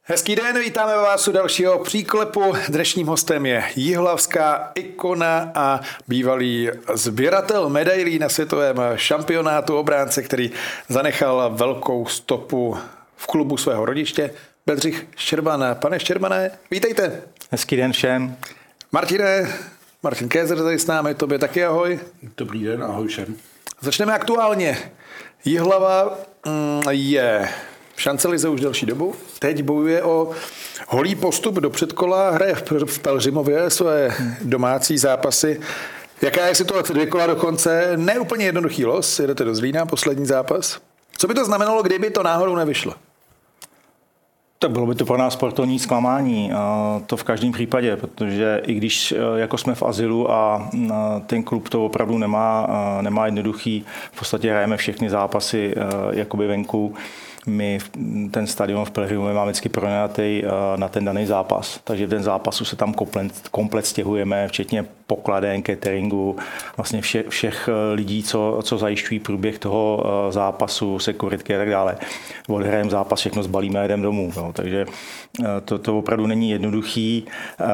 Hezký den, vítáme vás u dalšího příklepu. Dnešním hostem je jihlavská ikona a bývalý sběratel medailí na světovém šampionátu, obránce, který zanechal velkou stopu v klubu svého rodiště, Bedřich Štěrban. Pane Štěrbane, vítejte. Hezký den všem. Martin Kézer tady s námi, tobě taky ahoj. Dobrý den, ahoj všem. Začneme aktuálně. Jihlava je v šancelize už delší dobu. Teď bojuje o holý postup do předkola, hraje v Pelhřimově své domácí zápasy. Jaká je situace 2 kola do konce? Ne úplně jednoduchý los, jedete do Zlína, poslední zápas. Co by to znamenalo, kdyby to náhodou nevyšlo? Tak bylo by to pro nás sportovní zklamání, to v každém případě, protože i když jako jsme v azylu a ten klub to opravdu nemá jednoduchý, v podstatě hrajeme všechny zápasy jakoby venku, my ten stadion v Pelhřimově máme vždycky pronajatý na ten daný zápas, takže v ten zápasu se tam komplet stěhujeme, včetně pokladen, cateringu, vlastně všech lidí, co zajišťují průběh toho zápasu, sekuritky a tak dále. Odhrajeme zápas, všechno zbalíme a jdeme domů. No. Takže to opravdu není jednoduchý.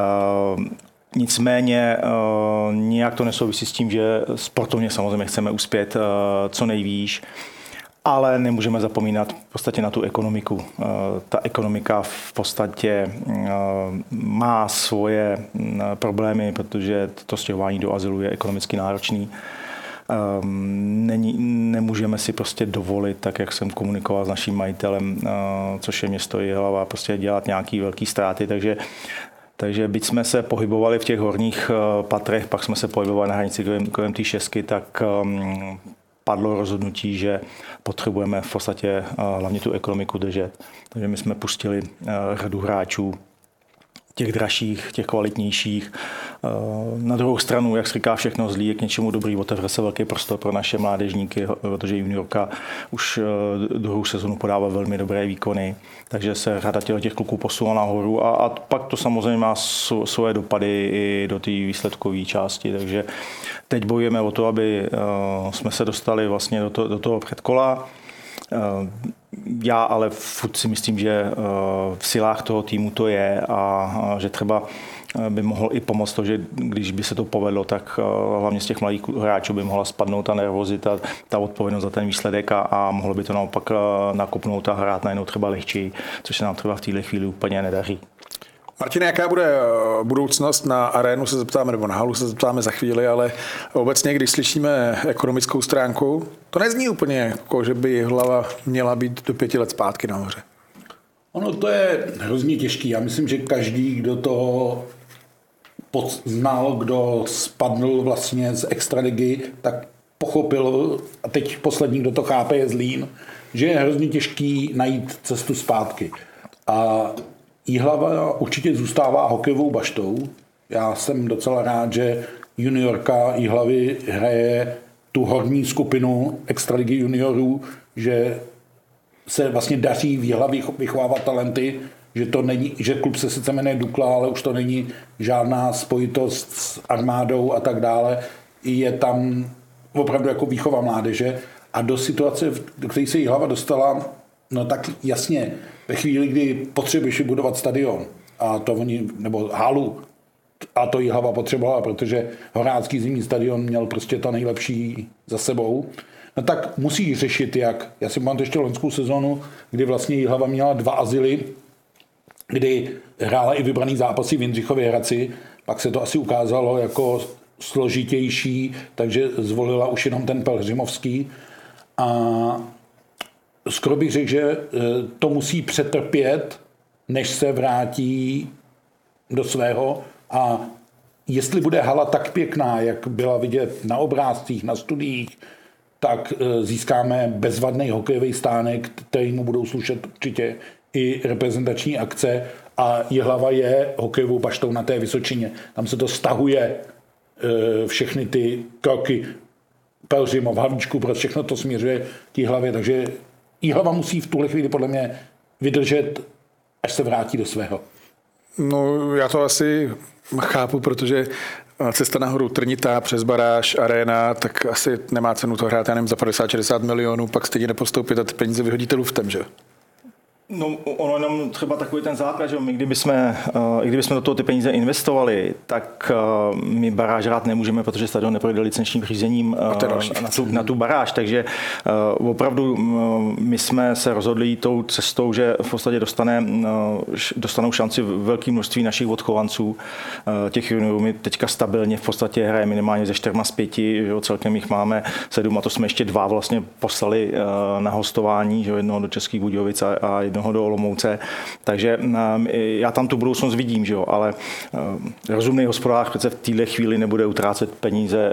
Nicméně nějak to nesouvisí s tím, že sportovně samozřejmě chceme uspět co nejvýš, ale nemůžeme zapomínat v podstatě na tu ekonomiku. Ta ekonomika v podstatě má svoje problémy, protože to stěhování do azylu je ekonomicky náročný. Nemůžeme si prostě dovolit, tak jak jsem komunikoval s naším majitelem, což je město Jihlava, prostě dělat nějaký velký ztráty, takže byť jsme se pohybovali v těch horních patrech, pak jsme se pohybovali na hranici kolem té 6, tak padlo rozhodnutí, že potřebujeme v podstatě hlavně tu ekonomiku držet. Takže my jsme pustili řadu hráčů, těch dražších, těch kvalitnějších. Na druhou stranu, jak se říká, všechno zlý je k něčemu dobrý, otevře se velký prostor pro naše mládežníky, protože juniorka už druhou sezonu podává velmi dobré výkony, takže se řada těch kluků posunula nahoru a pak to samozřejmě má svoje dopady i do té výsledkové části, takže teď bojujeme o to, aby jsme se dostali vlastně do toho předkola. Já ale furt si myslím, že v silách toho týmu to je a že třeba by mohl i pomoct to, že když by se to povedlo, tak hlavně z těch mladých hráčů by mohla spadnout ta nervozita, ta odpovědnost za ten výsledek a mohlo by to naopak nakopnout a hrát najednou třeba lehčí, což se nám třeba v této chvíli úplně nedaří. Martine, jaká bude budoucnost? Na arénu se zeptáme, nebo na halu se zeptáme za chvíli, ale obecně, když slyšíme ekonomickou stránku, to nezní úplně jako, že by Jihlava měla být do 5 let zpátky nahoře. Ono to je hrozně těžký. Já myslím, že každý, kdo to znal, kdo spadl vlastně z extraligy, tak pochopil, a teď poslední, kdo to chápe, je Zlín, že je hrozně těžký najít cestu zpátky. A Jihlava určitě zůstává hokejovou baštou. Já jsem docela rád, že juniorka Jihlavy hraje tu horní skupinu extraligy juniorů, že se vlastně daří v Jihlavě vychovávat talenty, že to není, že klub se sice jmenuje Dukla, ale už to není žádná spojitost s armádou a tak dále. Je tam opravdu jako výchova mládeže a do situace, do které se Jihlava dostala, no tak jasně, ve chvíli, kdy potřebuješ vybudovat stadion a to oni, nebo halu, a to Jihlava potřebovala, protože Horácký zimní stadion měl prostě to nejlepší za sebou, no tak musí řešit jak. Já si pamatuju ještě loňskou sezonu, kdy vlastně Jihlava měla 2 azyly, kdy hrála i vybraný zápasy v Jindřichově Hradci, pak se to asi ukázalo jako složitější, takže zvolila už jenom ten pelhřimovský a skoro bych řekl, že to musí přetrpět, než se vrátí do svého a jestli bude hala tak pěkná, jak byla vidět na obrázcích, na studiích, tak získáme bezvadný hokejový stánek, kterýmu budou slušet určitě i reprezentační akce a Jihlava je hokejovou baštou na té Vysočině. Tam se to stahuje všechny ty kroky Pelhřimov, Havlíčkův, protože všechno to směřuje k Jihlavě, takže Jihlava musí v tuhle chvíli podle mě vydržet, až se vrátí do svého. No, já to asi chápu, protože cesta nahoru Trnitá přes baráž, aréna, tak asi nemá cenu to hrát, já nevím, za 50-60 milionů, pak stejně nepostoupit a ty peníze vyhodíte luftem, že? No, ono jenom třeba takový ten základ, že my kdybychom do toho ty peníze investovali, tak my baráž hrát nemůžeme, protože stadion neprojde licenčním řízením na tu baráž, takže opravdu my jsme se rozhodli tou cestou, že v podstatě dostanou šanci velké množství našich odchovanců, těch juniorů. My teďka stabilně v podstatě hraje minimálně ze 4 z 5, že celkem jich máme 7 a to jsme ještě 2 vlastně poslali na hostování, že jednoho do Českých Budějovic a jednoho do Olomouce, takže já tam tu budoucnost vidím, že jo, ale rozumný hospodář přece v téhle chvíli nebude utrácet peníze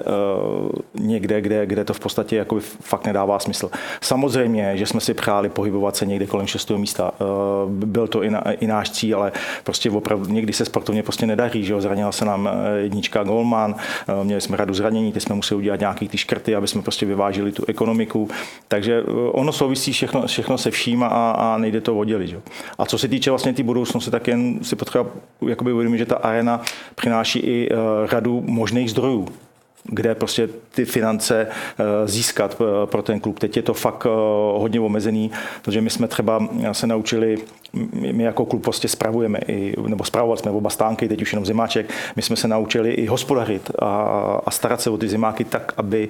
někde, kde to v podstatě jakoby fakt nedává smysl. Samozřejmě, že jsme si přáli pohybovat se někde kolem 6. místa. Byl to i náš cíl, ale prostě opravdu někdy se sportovně prostě nedaří, že jo, zranila se nám jednička golman, měli jsme řadu zranění, teď jsme museli udělat nějaký ty škrty, aby jsme prostě vyvážili tu ekonomiku, takže ono souvisí všechno se vším a nejde to oddělit. Jo. A co se týče vlastně té budoucnosti, tak jen si potřeba jakoby uvědomit, že ta arena přináší i řadu možných zdrojů, kde prostě ty finance získat pro ten klub. Teď je to fakt hodně omezený, protože my jsme třeba se naučili, my jako klub prostě spravujeme, nebo spravovali jsme oba stánky, teď už jenom zimáček, my jsme se naučili i hospodařit a starat se o ty zimáky tak, aby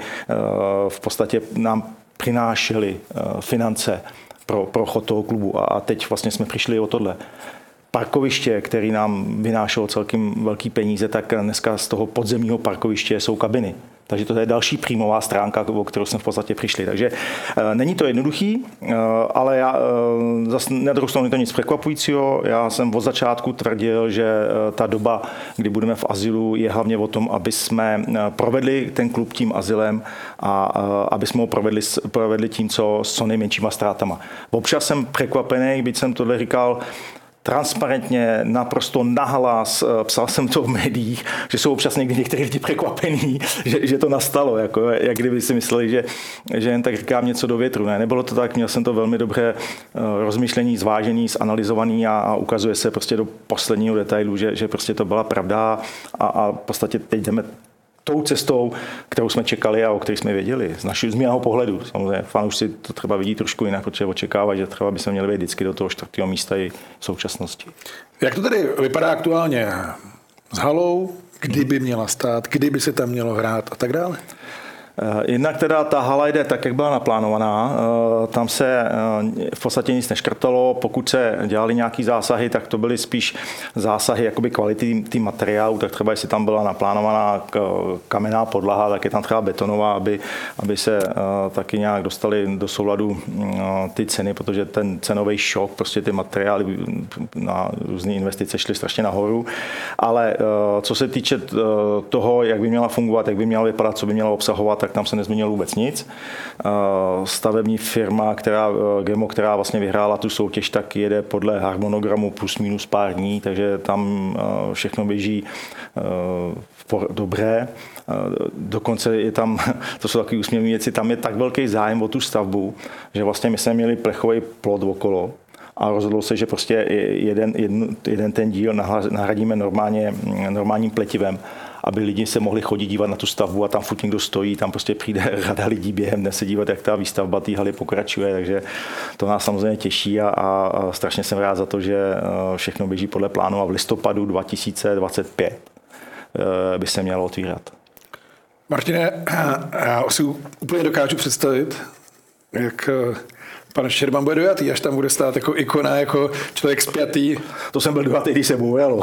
v podstatě nám přinášely finance pro chod toho klubu. A teď vlastně jsme přišli o tohle. Parkoviště, který nám vynášelo celkem velký peníze, tak dneska z toho podzemního parkoviště jsou kabiny. Takže to je další příjmová stránka, o kterou jsme v podstatě přišli. Takže není to jednoduchý, ale zase na druhou stranu je to nic překvapujícího. Já jsem od začátku tvrdil, že ta doba, kdy budeme v azylu, je hlavně o tom, aby jsme provedli ten klub tím azylem a aby jsme ho provedli tím, co nejmenšíma ztrátama. Občas jsem překvapený, byť jsem tohle říkal transparentně, naprosto nahlas, psal jsem to v médiích, že jsou občas někteří lidi překvapení, že to nastalo, jako, jak kdyby si mysleli, že jen tak říkám něco do větru. Ne, nebylo to tak, měl jsem to velmi dobře rozmyšlení, zvážený, zanalizovaný a ukazuje se prostě do posledního detailu, že prostě to byla pravda a v podstatě teď jdeme tou cestou, kterou jsme čekali a o které jsme věděli. Z mého pohledu. Samozřejmě fanoušci to třeba vidí trošku jinak, protože očekávají, že třeba by se měli být vždycky do toho 4. místa i v současnosti. Jak to tedy vypadá aktuálně s halou? Kdyby měla stát? Kdyby se tam mělo hrát a tak dále? Jednak teda ta hala jde tak, jak byla naplánovaná. Tam se v podstatě nic neškrtalo. Pokud se dělaly nějaký zásahy, tak to byly spíš zásahy jakoby kvality tý materiálu, tak třeba jestli tam byla naplánovaná kamenná podlaha, tak je tam třeba betonová, aby se taky nějak dostali do souladu ty ceny, protože ten cenový šok, prostě ty materiály na různé investice šly strašně nahoru. Ale co se týče toho, jak by měla fungovat, jak by měla vypadat, co by měla obsahovat, tak tam se nezměnilo vůbec nic. Stavební firma, která vlastně vyhrála tu soutěž, tak jede podle harmonogramu plus minus pár dní, takže tam všechno běží dobré. Dokonce je tam, to jsou takové úsměvné věci, tam je tak velký zájem o tu stavbu, že vlastně my jsme měli plechový plot okolo a rozhodlo se, že prostě jeden ten díl nahradíme normálním pletivem, aby lidi se mohli chodit dívat na tu stavbu a tam furt někdo stojí, tam prostě přijde řada lidí během dne se dívat, jak ta výstavba té haly pokračuje, takže to nás samozřejmě těší a strašně jsem rád za to, že všechno běží podle plánu a v listopadu 2025 by se mělo otvírat. Martine, já si úplně dokážu představit, jak pan Štěrban bude dojatý, až tam bude stát jako ikona, jako člověk spjatý. To jsem byl dojatý, když se boujalo.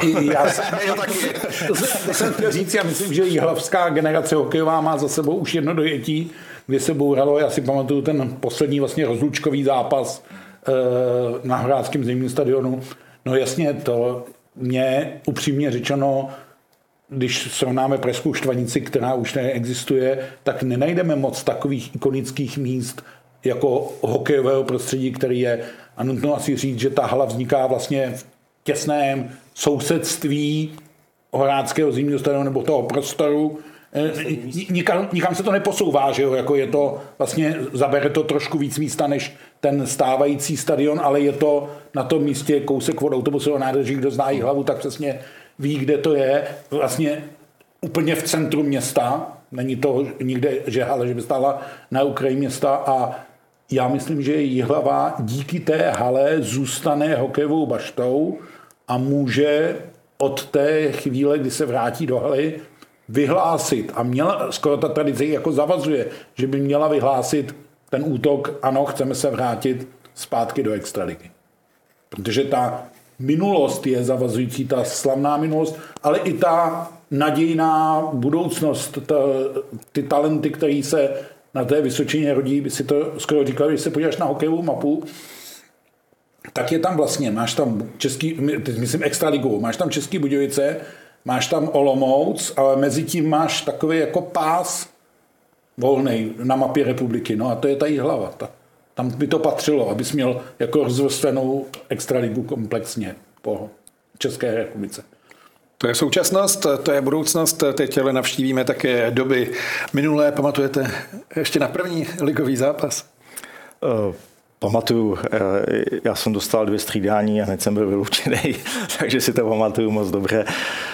To jsem chtěl říct, já myslím, že jihlavská generace hokejová má za sebou už jedno dojetí, kdy se bouralo, já si pamatuju ten poslední vlastně rozlučkový zápas na Hradském zimním stadionu. No jasně, to mě upřímně řečeno, když srovnáme Pražskou Štvanici, která už neexistuje, tak nenajdeme moc takových ikonických míst jako hokejového prostředí, který je, a nutno asi říct, že ta hala vzniká vlastně v těsném sousedství Horáckého zimního stadionu nebo toho prostoru. Nikam se to neposouvá, že jo? Jako je to vlastně, zabere to trošku víc místa než ten stávající stadion, ale je to na tom místě kousek od autobusového nádraží, kdo zná Jihlavu, tak přesně ví, kde to je. Vlastně úplně v centru města, není to nikde, že by stála na okraji města a já myslím, že Jihlava díky té hale zůstane hokejovou baštou a může od té chvíle, kdy se vrátí do haly, vyhlásit. A měla, skoro ta tradice jako zavazuje, že by měla vyhlásit ten útok, ano, chceme se vrátit zpátky do extraligy. Protože ta minulost je zavazující, ta slavná minulost, ale i ta nadějná budoucnost, ty talenty, které se na té Vysočině rodí, by si to skoro říkal, když se podíváš na hokejovou mapu, tak je tam vlastně, máš tam myslím extraligu, máš tam Český Budějovice, máš tam Olomouc, ale mezi tím máš takový jako pás volnej na mapě republiky, no a to je ta Jihlava. Tam by to patřilo, abys měl jako rozvrstvenou extraligu komplexně po České republice. To je současnost, to je budoucnost. Teď ale navštívíme také doby minulé. Pamatujete ještě na první ligový zápas? Pamatuju, já jsem dostal 2 střídání a hned jsem byl vyloučený, takže si to pamatuju moc dobře.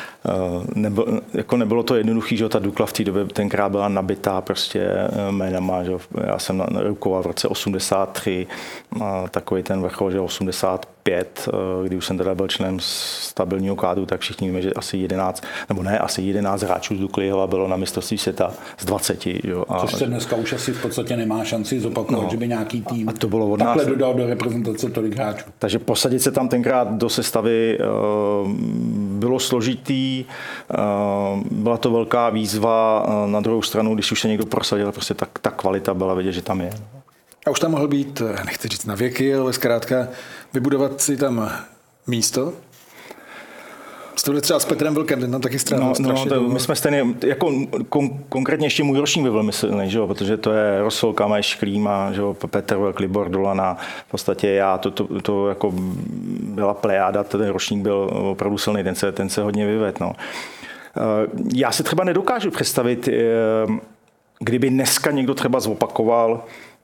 Nebylo to jednoduchý, že ta Dukla v té době tenkrát byla nabitá prostě jménama, že já jsem rukoval v roce 83, takový ten vrchol, že 85, kdy už jsem teda byl členem stabilního kádru, tak všichni víme, že asi 11 hráčů z Dukly bylo na mistrovství světa z 20. Jo. Což se dneska už asi v podstatě nemá šanci zopakovat, že by nějaký tým to bylo od nás takhle dodal do reprezentace tolik hráčů. Takže posadit se tam tenkrát do sestavy bylo složitý, byla to velká výzva. Na druhou stranu, když už se někdo prosadil, prostě ta kvalita byla vidět, že tam je. A už tam mohl být, nechci říct na věky, ale zkrátka vybudovat si tam místo. Jste třeba s Petrem Vlkem, ten tam taky strávil strašně dlouho. My jsme stejně, jako konkrétně ještě můj ročník by byl myslný, že jo, protože to je Rosol, Kameš, Klíma, že jo, Petr Vlk, Libor Dolana, v podstatě já, to jako byla plejáda, ten ročník byl opravdu silný, ten se hodně vyvedl, no. Já si třeba nedokážu představit, kdyby dneska někdo třeba zopakoval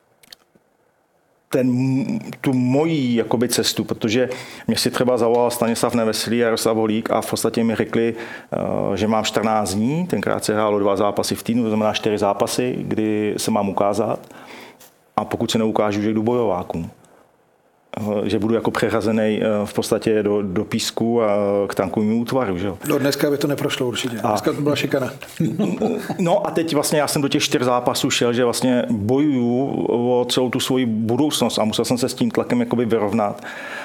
tu mojí jakoby cestu, protože mě si třeba zavolal Stanislav Neveselý a Jaroslav Holík a v podstatě mi řekli, že mám 14 dní, tenkrát se hrálo 2 zápasy v týdnu, to znamená 4 zápasy, kdy se mám ukázat a pokud se neukážu, že jdu bojovákům. Že budu jako přeřazený v podstatě do písku a k tankovému útvaru. Že jo? No dneska by to neprošlo určitě. Dneska to byla šikana. No a teď vlastně já jsem do těch 4 zápasů šel, že vlastně bojuju o celou tu svoji budoucnost a musel jsem se s tím tlakem jakoby vyrovnat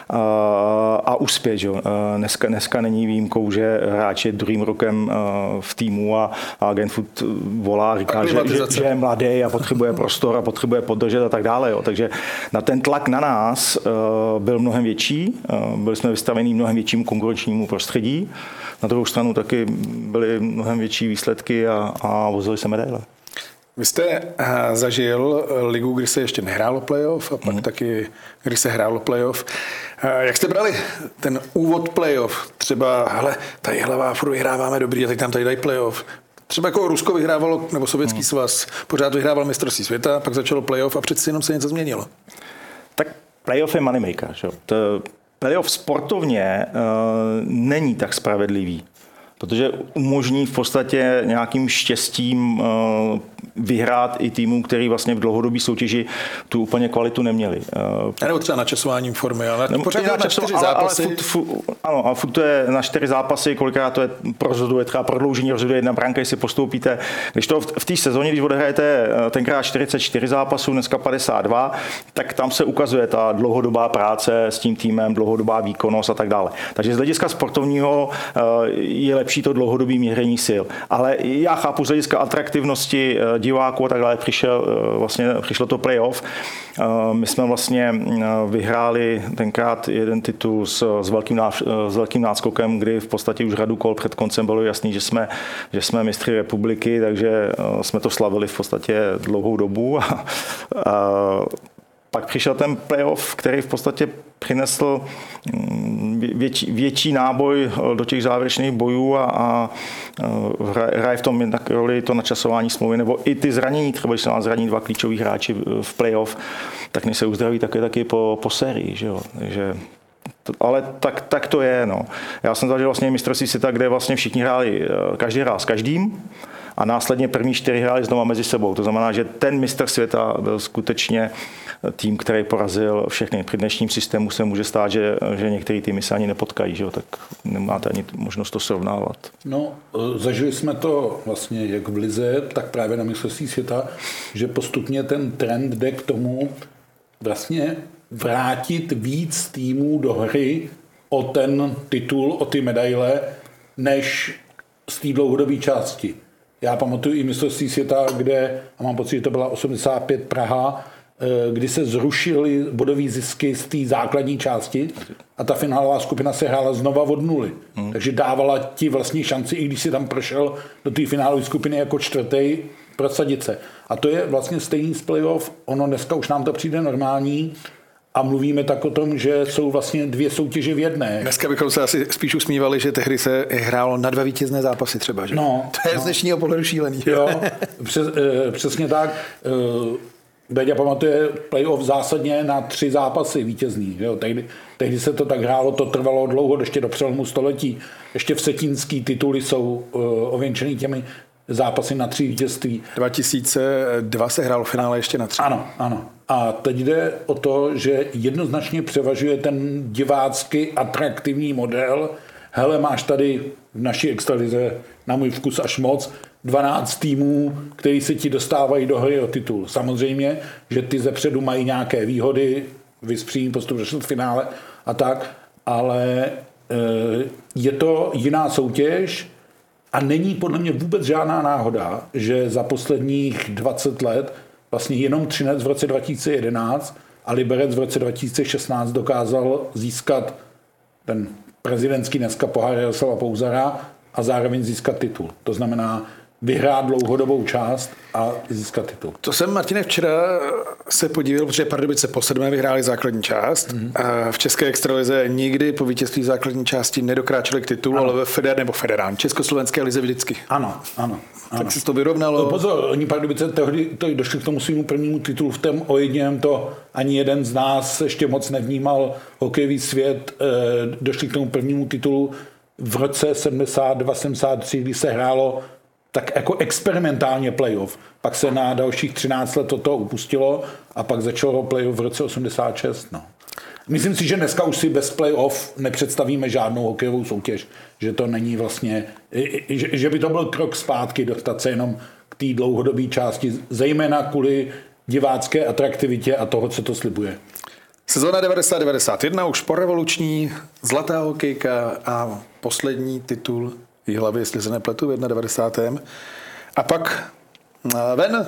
a uspět. Že jo? Dneska není výjimkou, že hráč je druhým rokem v týmu a agent furt volá, říká, že je mladý a potřebuje prostor a potřebuje podržet a tak dále. Jo? Takže na ten tlak na nás byl mnohem větší, byli jsme vystaveni mnohem většímu konkurenčnímu prostředí. Na druhou stranu taky byly mnohem větší výsledky a vozili se medaile. Vy jste zažil ligu, kdy se ještě nehrálo playoff a pak taky, kdy se hrálo playoff. Jak jste brali ten úvod playoff? Třeba, hele, ta Jihlava, furt vyhráváme dobrý a teď tam tady dají playoff. Třeba jako Rusko vyhrávalo, nebo Sovětský svaz, pořád vyhrával mistrovství světa, pak začalo playoff a přeci jenom se něco změnilo. Tak playoff je moneymaker. Že? Playoff sportovně není tak spravedlivý, protože umožní v podstatě nějakým štěstím vyhrát i týmům, který vlastně v dlouhodobé soutěži tu úplně kvalitu neměli. Nebo třeba načasováním formy, ale pořád na 4 zápasy. Ano, a furt to je na 4 zápasy, kolikrát to je rozhoduje třeba prodloužení, rozhoduje 1 branka, jestli postoupíte. Když to v té sezóně, když odehrajete tenkrát 44 zápasů, dneska 52, tak tam se ukazuje ta dlouhodobá práce s tím týmem, dlouhodobá výkonnost a tak dále. Takže z hlediska sportovního je lepší to dlouhodobé měření sil. Ale já chápu z hlediska atraktivnosti diváků a tak dále, přišlo to playoff. My jsme vlastně vyhráli tenkrát jeden titul s velkým náskokem, kdy v podstatě už řadu kol před koncem bylo jasný, že jsme mistři republiky, takže jsme to slavili v podstatě dlouhou dobu. Pak přišel ten playoff, který v podstatě přinesl větší náboj do těch závěrečných bojů a hraje v tom jednak roli to načasování smlouvy, nebo i ty zranění, třeba když se vám zraní 2 klíčoví hráči v playoff, tak než se uzdraví taky po sérii. Že jo? Takže ale tak to je. No. Já jsem zažil vlastně mistrovství světa, kde vlastně všichni hráli, každý hrál s každým a následně první 4 hráli znova mezi sebou. To znamená, že ten mistr světa byl skutečně tým, který porazil všechny. Při dnešním systému se může stát, že některé týmy se ani nepotkají, že jo? Tak nemáte ani možnost to srovnávat. No, zažili jsme to vlastně jak v lize, tak právě na mistrovství světa, že postupně ten trend jde k tomu vlastně vrátit víc týmů do hry o ten titul, o ty medaile, než z té dlouhodobé části. Já pamatuju i mistrovství světa, kde, a mám pocit, že to byla 85 Praha, kdy se zrušily bodové zisky z té základní části a ta finálová skupina se hrála znova od nuly. Takže dávala ti vlastně šanci, i když si tam prošel do té finálové skupiny jako čtvrtý, prosadit se. A to je vlastně stejný z playoff. Ono dneska už nám to přijde normální a mluvíme tak o tom, že jsou vlastně 2 soutěže v jedné. Dneska bychom se asi spíš usmívali, že tehdy se hrálo na 2 vítězné zápasy třeba. Že? No, to je z dnešního pohledu šílený. Jo, přesně tak. Béďa pamatuje playoff zásadně na 3 zápasy vítězný. Jo. Tehdy se to tak hrálo, to trvalo dlouho, ještě do přelomu století. Ještě vsetínský tituly jsou ověnčený těmi zápasy na 3 vítězství. 2002 se hrálo v finále ještě na 3. Ano. A teď jde o to, že jednoznačně převažuje ten divácky atraktivní model. Hele, máš tady v naší extralize na můj vkus až moc 12 týmů, který se ti dostávají do hry o titul. Samozřejmě, že ty zepředu mají nějaké výhody, vyspřímý postup do čtvrtfinále a tak, ale je to jiná soutěž a není podle mě vůbec žádná náhoda, že za posledních 20 let vlastně jenom Třinec v roce 2011 a Liberec v roce 2016 dokázal získat ten prezidentský dneska pohár Jaroslava Pouzara a zároveň získat titul. To znamená vyhrát dlouhodobou část a získat titul. To jsem, Martine, včera se podíval, protože Pardubice po 7. vyhráli základní část. A v české extralize nikdy po vítězství základní části nedokráčeli k titulu, ale ve federální československé lize vždycky. Ano. Tak se to vyrovnalo. No, pozor, oni Pardubice tehdy došli k tomu svému prvnímu titulu v tom ojedinělém, to ani jeden z nás ještě moc nevnímal hokejový svět. Došli k tomu prvnímu titulu v roce 72-73, kdy se hrálo tak jako experimentálně playoff. Pak se na dalších 13 let toto upustilo a pak začalo playoff v roce 86. No. Myslím si, že dneska už si bez playoff nepředstavíme žádnou hokejovou soutěž. Že to není vlastně, že by to byl krok zpátky dostat se jenom k té dlouhodobé části, zejména kvůli divácké atraktivitě a toho, co to slibuje. Sezóna 90-91, už porevoluční, zlatá hokejka a poslední titul Jihlavy, jestli se nepletu, v 91. A pak ven.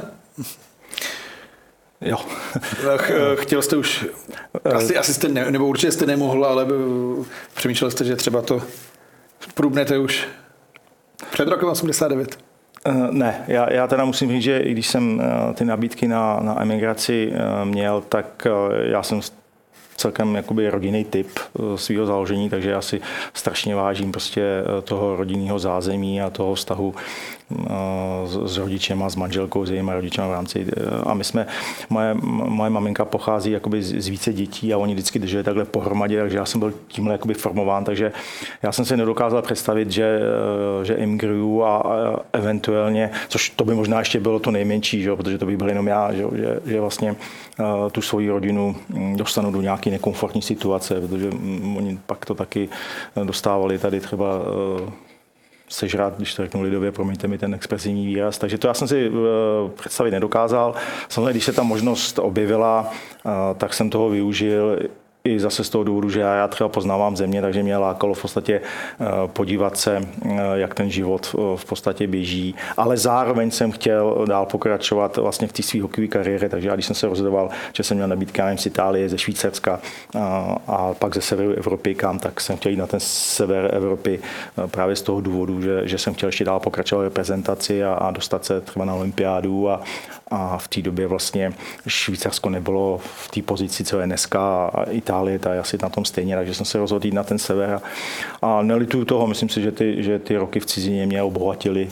Jo. Chtěl jste už, asi jste nebo určitě jste nemohl, ale přemýšlel jste, že třeba to průbnete už před rokem 89. Ne, já teda musím říct, že i když jsem ty nabídky na emigraci měl, tak já jsem celkem jakoby rodinný typ svého založení, takže já si strašně vážím prostě toho rodinného zázemí a toho vztahu s rodičema, s manželkou, s jejíma rodičema v rámci. A my jsme, moje maminka pochází jakoby z více dětí a oni vždycky drželi takhle pohromadě, takže já jsem byl tímhle jakoby formován, takže já jsem si nedokázal představit, že emigruju a eventuálně, což to by možná ještě bylo to nejmenší, že, protože to by byl jenom já, že vlastně tu svoji rodinu dostanu do nějaké nekomfortní situace, protože oni pak to taky dostávali tady třeba sežrat, když to řeknu lidově, promiňte mi ten expresivní výraz. Takže to já jsem si představit nedokázal. Samozřejmě, když se ta možnost objevila, tak jsem toho využil i zase z toho důvodu, že já třeba poznávám země, takže mě lákalo v podstatě podívat se, jak ten život v podstatě běží, ale zároveň jsem chtěl dál pokračovat vlastně v té své hokejové kariéře, takže když jsem se rozhodoval, že jsem měl nabídky z Itálie, ze Švýcarska a pak ze severu Evropy kam, tak jsem chtěl jít na ten sever Evropy právě z toho důvodu, že jsem chtěl ještě dál pokračovat reprezentaci a dostat se třeba na olympiádu a v té době vlastně Švýcarsko nebylo v té pozici, co je dneska, a Itálie ta je asi na tom stejně, takže jsem se rozhodl jít na ten sever a nelituju toho, myslím si, že ty roky v cizině mě obohatily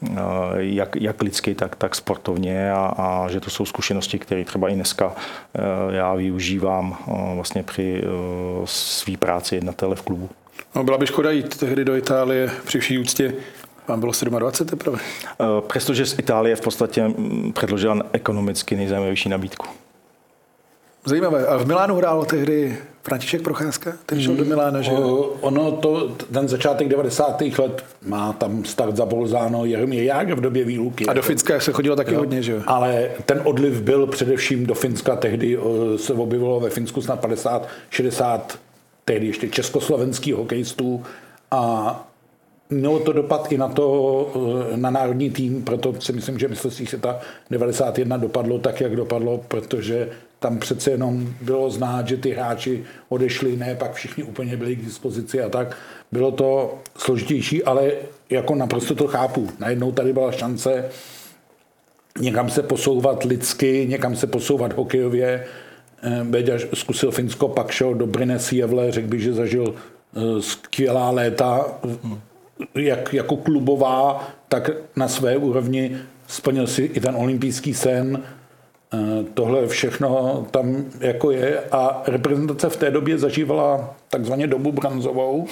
jak lidsky, tak sportovně a že to jsou zkušenosti, které třeba i dneska já využívám vlastně při své práci jednatele v klubu. No, byla by škoda jít tehdy do Itálie při vší úctě. Vám bylo 27 teprve? Přestože z Itálie v podstatě předložila ekonomicky nejzajímavější nabídku. Zajímavé. A v Milánu hrál tehdy František Procházka? Ten šel do Milána, že? Ten začátek 90. let má tam start za Bolzano, Jaromír Jágr v době výluky. A do Finska se chodilo taky hodně, že jo? Ale ten odliv byl především do Finska, tehdy se objevilo ve Finsku snad 50, 60, tehdy ještě československých hokejistů a mělo to dopad i na národní tým, proto si myslím, že mistrovství světa 91 dopadlo tak, jak dopadlo, protože tam přece jenom bylo znát, že ty hráči odešli, ne, pak všichni úplně byli k dispozici a tak. Bylo to složitější, ale jako naprosto to chápu. Najednou tady byla šance někam se posouvat lidsky, někam se posouvat hokejově. Béďa zkusil Finsko, pak šel do Brynäs-Gävle, řekl bych, že zažil skvělá léta, jak jako klubová, tak na své úrovni splnil si i ten olympijský sen. Tohle všechno tam jako je a reprezentace v té době zažívala takzvaně dobu bronzovou.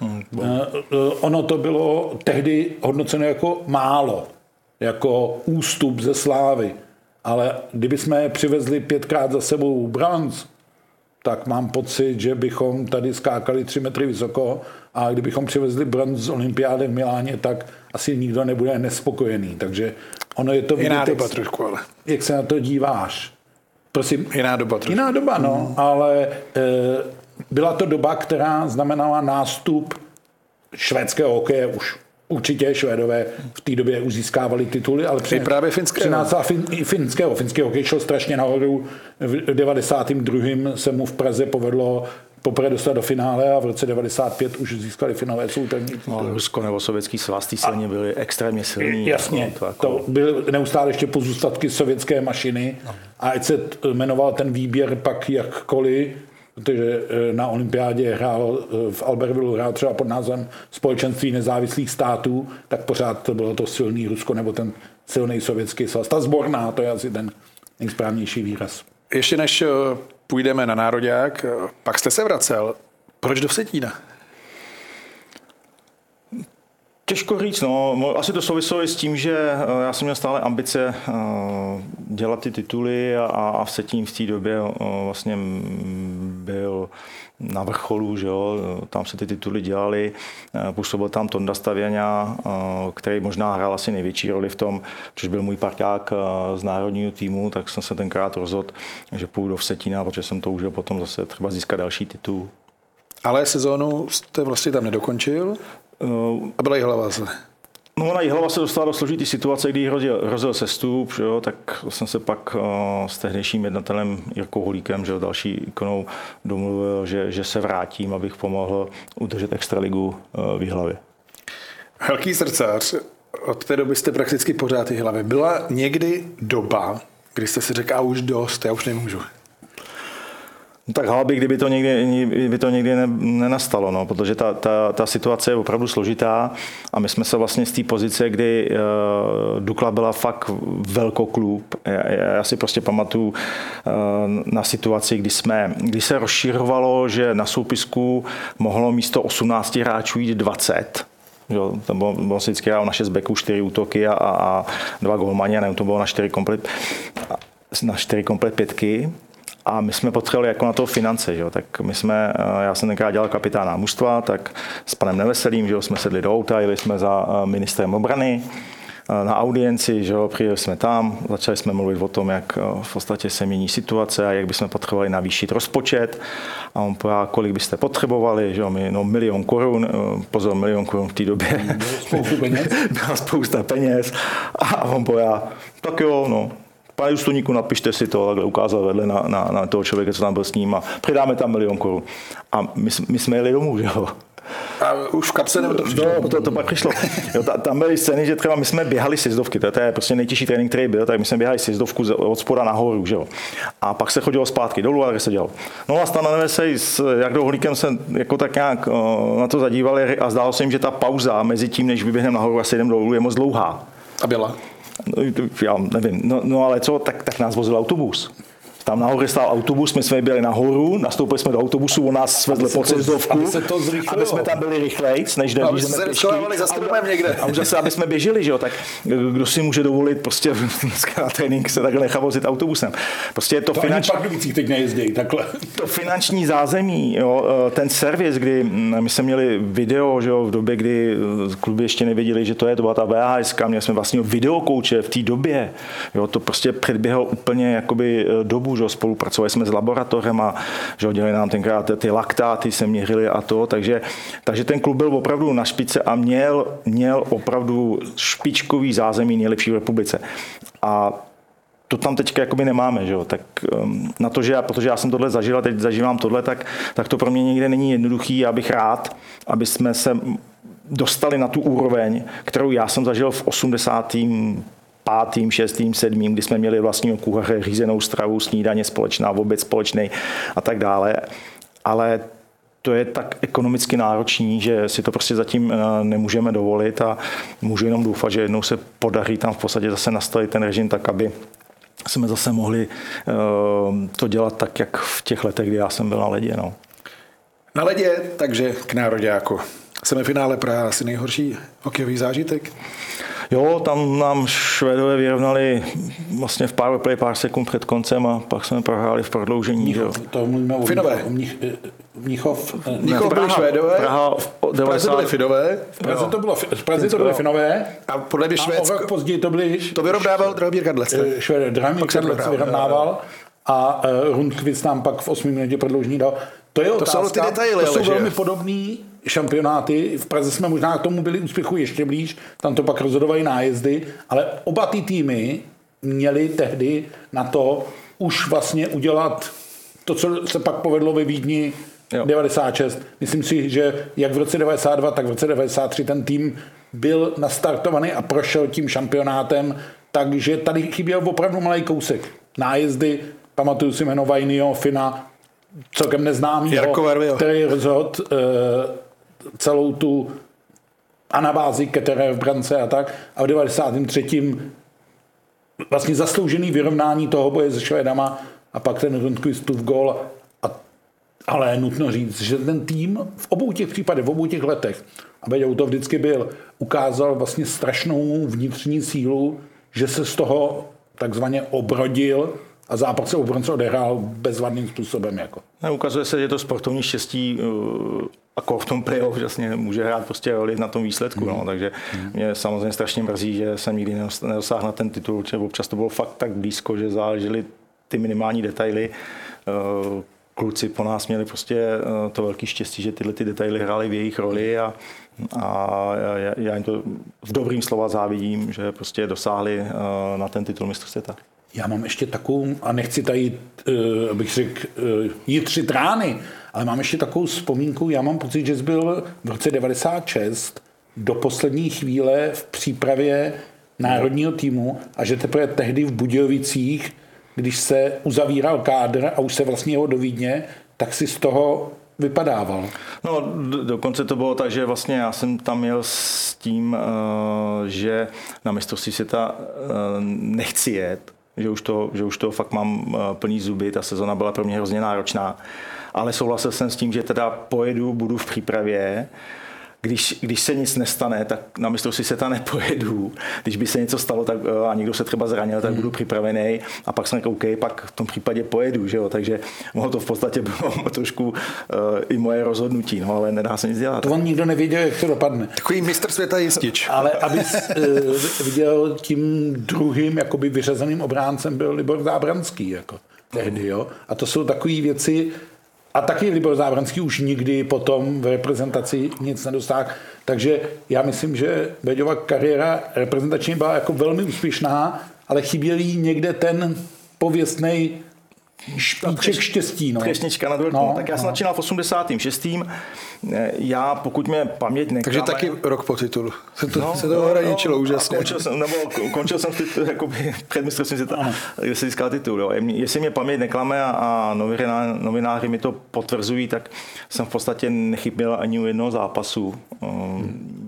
Ono to bylo tehdy hodnoceno jako málo, jako ústup ze slávy. Ale kdyby jsme přivezli 5krát za sebou bronz, tak mám pocit, že bychom tady skákali 3 metry vysoko a kdybychom přivezli bronz z olympiády v Miláně, tak asi nikdo nebude nespokojený. Takže ono je to vidět, jiná doba trošku, ale. Jak se na to díváš. Prosím. Jiná doba trošku. Jiná doba, no, ale byla to doba, která znamenala nástup švédského hokeje už. Určitě Švédové v té době už získávali tituly, ale právě finského. Finského hokej šel strašně nahoru. V 92. se mu v Praze povedlo poprvé dostat do finále a v roce 95 už získali finálové soupeři. No, Rusko nebo Sovětský svaz, ty silně byly extrémně silní. Jasně, to byly neustále ještě pozůstatky sovětské mašiny a ať se jmenoval ten výběr pak jakkoliv, protože na olympiádě hrál v Albertville hrál třeba pod názvem Společenství nezávislých států, tak pořád to bylo to silný Rusko nebo ten silný Sovětský svaz. Ta sborná, to je asi ten nejsprávnější výraz. Ještě než půjdeme na nároďák, pak jste se vracel. Proč do Vsetína? Těžko říct, no. Asi to souviselo i s tím, že já jsem měl stále ambice dělat ty tituly a Vsetín v té době vlastně byl na vrcholu, že jo, tam se ty tituly dělaly, působil tam Tonda Stavěňa, který možná hrál asi největší roli v tom, což byl můj parťák z národního týmu, tak jsem se tenkrát rozhodl, že půjdu do Vsetína, protože jsem to užil potom zase třeba získat další titul. Ale sezónu jste vlastně tam nedokončil a byla Jihlava zle. No, na Jihlava se dostala do složitý situace, kdy hrozil sestup, že jo, tak jsem se pak s tehdejším jednatelem Jirkou Holíkem, že jo, další ikonou, domluvil, že se vrátím, abych pomohl udržet extraligu v Jihlavě. Velký srdcař, od té doby jste prakticky pořád v Jihlavě. Byla někdy doba, kdy jste si řekl, a už dost, já už nemůžu. Tak hlavně, kdyby to někdy nenastalo, no, protože ta situace je opravdu složitá a my jsme se vlastně z té pozice, kdy Dukla byla fakt velkoklub. Já si prostě pamatuju na situaci, kdy se rozšiřovalo, že na soupisku mohlo místo 18 hráčů jít 20. Jo, tam bylo se vždycky na 6 backů, 4 útoky a 2 golmani, a nevím, to bylo na 4 komplet pětky. A my jsme potřebovali jako na to finance, že jo? Tak já jsem tenkrát dělal kapitána mužstva, tak s panem Neveselým, že jo, jsme sedli do auta, jeli jsme za ministrem obrany na audienci, že jo, přijeli jsme tam, začali jsme mluvit o tom, jak v podstatě se mění situace a jak bychom potřebovali navýšit rozpočet. A on povedal, kolik byste potřebovali, že jo, my, no 1 000 000 korun, pozor, 1 000 000 korun v té době. Byla spousta peněz. A on povedal, tak jo, no. Pane důstojníku, napište si to, takhle ukázal vedle na toho člověka, co tam byl s ním a přidáme tam 1 000 000 korun. A my jsme jeli domů, že jo. A už v kapse nebo to přišlo? No, to pak přišlo. Jo, tam byly scény, že třeba my jsme běhali sjezdovky, to je prostě nejtěžší trénink, který byl, tak my jsme běhali sjezdovku od spoda nahoru, že jo. A pak se chodilo zpátky dolů a tak se dělalo. No a Stan Nevesej s Jardou Holíkem se jako tak nějak na to zadívali a zdálo se jim, že ta pauza mezi tím, než vyběhneme nahoru a sejdeme dolů, je moc dlouhá. A byla? No, já nevím, no ale co, tak nás vozil autobus. Tam nahoře stál autobus, my jsme byli nahoru, nastoupili jsme do autobusu, on nás svezl po cezdovku, aby jsme tam byli rychlejc, než jdeme pěšky. A už zase, aby jsme běželi, že jo, tak kdo si může dovolit prostě dneska na trénink se takhle nechat vozit autobusem. Prostě je to finanční, teď nejezdějí takhle. To finanční zázemí, jo, ten servis, kdy my jsme měli video, že jo, v době, kdy kluby ještě nevěděli, že to byla ta VHS, měli jsme vlastně videokouče v té době, jo, to prostě předběhlo úplně jakoby dobu, že spolupracovali jsme s laboratorem a že dělali nám tenkrát ty laktáty, se měřili a to, takže ten klub byl opravdu na špičce a měl opravdu špičkový zázemí nejlepší v republice. A to tam teďka jakoby nemáme, že jo? Tak na to, že protože já jsem tohle zažil a teď zažívám tohle, tak to pro mě někde není jednoduchý. Já bych rád, aby jsme se dostali na tu úroveň, kterou já jsem zažil v 80. 5., 6., 7., kdy jsme měli vlastního kuchaře, řízenou stravu, snídaně společná, oběd společný a tak dále. Ale to je tak ekonomicky náročný, že si to prostě zatím nemůžeme dovolit a můžu jenom doufat, že jednou se podaří tam v podstatě zase nastavit ten režim tak, aby jsme zase mohli to dělat tak, jak v těch letech, kdy já jsem byl na ledě. No. Na ledě, takže k nároďáku. Semifinále Praha asi nejhorší hokejový zážitek? Jo, tam nám Švédové vyrovnali vlastně v pár sekund před koncem a pak jsme prohráli v prodloužení. To mluvíme o Finové. Mnichov byli Švédové, Praha v Praze byli Finové. V Praze to byly Finové. A podle mě Švédsko. A rok později to byli... To vyrovnával Drahomír Kadlec. Drahomír Kadlec vyrovnával a Rundqvist nám pak v 8 minutě prodloužení dal. To je otázka. To jsou ty detaily, to jsou velmi podobný šampionáty. V Praze jsme možná k tomu byli úspěchu ještě blíž, tam to pak rozhodovaly nájezdy, ale oba ty týmy měli tehdy na to už vlastně udělat to, co se pak povedlo ve Vídni 96. Myslím si, že jak v roce 92, tak v roce 93 ten tým byl nastartovaný a prošel tím šampionátem, takže tady chyběl opravdu malý kousek. Nájezdy, pamatuju si jméno Vainio, Fina, celkem neznámýho, který rozhodl celou tu anabázi Keterer v brance a tak. A v 93. vlastně zasloužený vyrovnání toho boje se Švédama a pak ten Rundqvistův gól. Ale nutno říct, že ten tým v obou těch případech, v obou těch letech, a Beďou to vždycky byl, ukázal vlastně strašnou vnitřní sílu, že se z toho takzvaně obrodil a zápas se obránce odehrál bezvadným způsobem. Jako. Ukazuje se, že to sportovní štěstí a v tom playoff vlastně může hrát prostě roli na tom výsledku. No. Takže mě samozřejmě strašně mrzí, že jsem nikdy nedosáhl na ten titul, že občas to bylo fakt tak blízko, že záležely ty minimální detaily. Kluci po nás měli prostě to velké štěstí, že tyhle ty detaily hrály v jejich roli a já jim to v dobrým slova závidím, že prostě dosáhli na ten titul mistr světa. Já mám ještě takovou, a nechci tady, abych řekl, jitřit rány, ale mám ještě takovou vzpomínku, já mám pocit, že jsi byl v roce 96 do poslední chvíle v přípravě národního týmu a že teprve tehdy v Budějovicích, když se uzavíral kádr a už se vlastně jelo do Vídně, tak si z toho vypadával. No, dokonce to bylo tak, že vlastně já jsem tam jel s tím, že na mistrovství světa nechci jet, že už to fakt mám plný zuby, ta sezona byla pro mě hrozně náročná, ale souhlasil jsem s tím, že teda pojedu, budu v přípravě, když se nic nestane, tak na mistrovství světa nepojedu. Když by se něco stalo tak, a někdo se třeba zranil, tak budu připravený a pak jsem řekl, OK, pak v tom případě pojedu. Že jo? Takže to v podstatě bylo trošku i moje rozhodnutí, no, ale nedá se nic dělat. To on nikdo nevěděl, jak to dopadne. Takový mistr světa jistič. Ale abys viděl, tím druhým jakoby vyřazeným obráncem byl Libor Zábranský. Jako, tehdy, jo? A to jsou takové věci. A taky Libor Zábranský už nikdy potom v reprezentaci nic nedosáhl. Takže já myslím, že Beďova kariéra reprezentační byla jako velmi úspěšná, ale chyběl jí někde ten pověstnej špiček štěstí. No. Třešnička na dvorku. No, tak já jsem začínal v 86. Já, pokud mě paměť neklame... Takže taky rok po titulu. Se to ohraničilo úžasně. Končil jsem před mistrovstvím světa, kde se získal titul. Jo. Jestli mě paměť neklame a novináři mi to potvrzují, tak jsem v podstatě nechyběl ani u jednoho zápasu.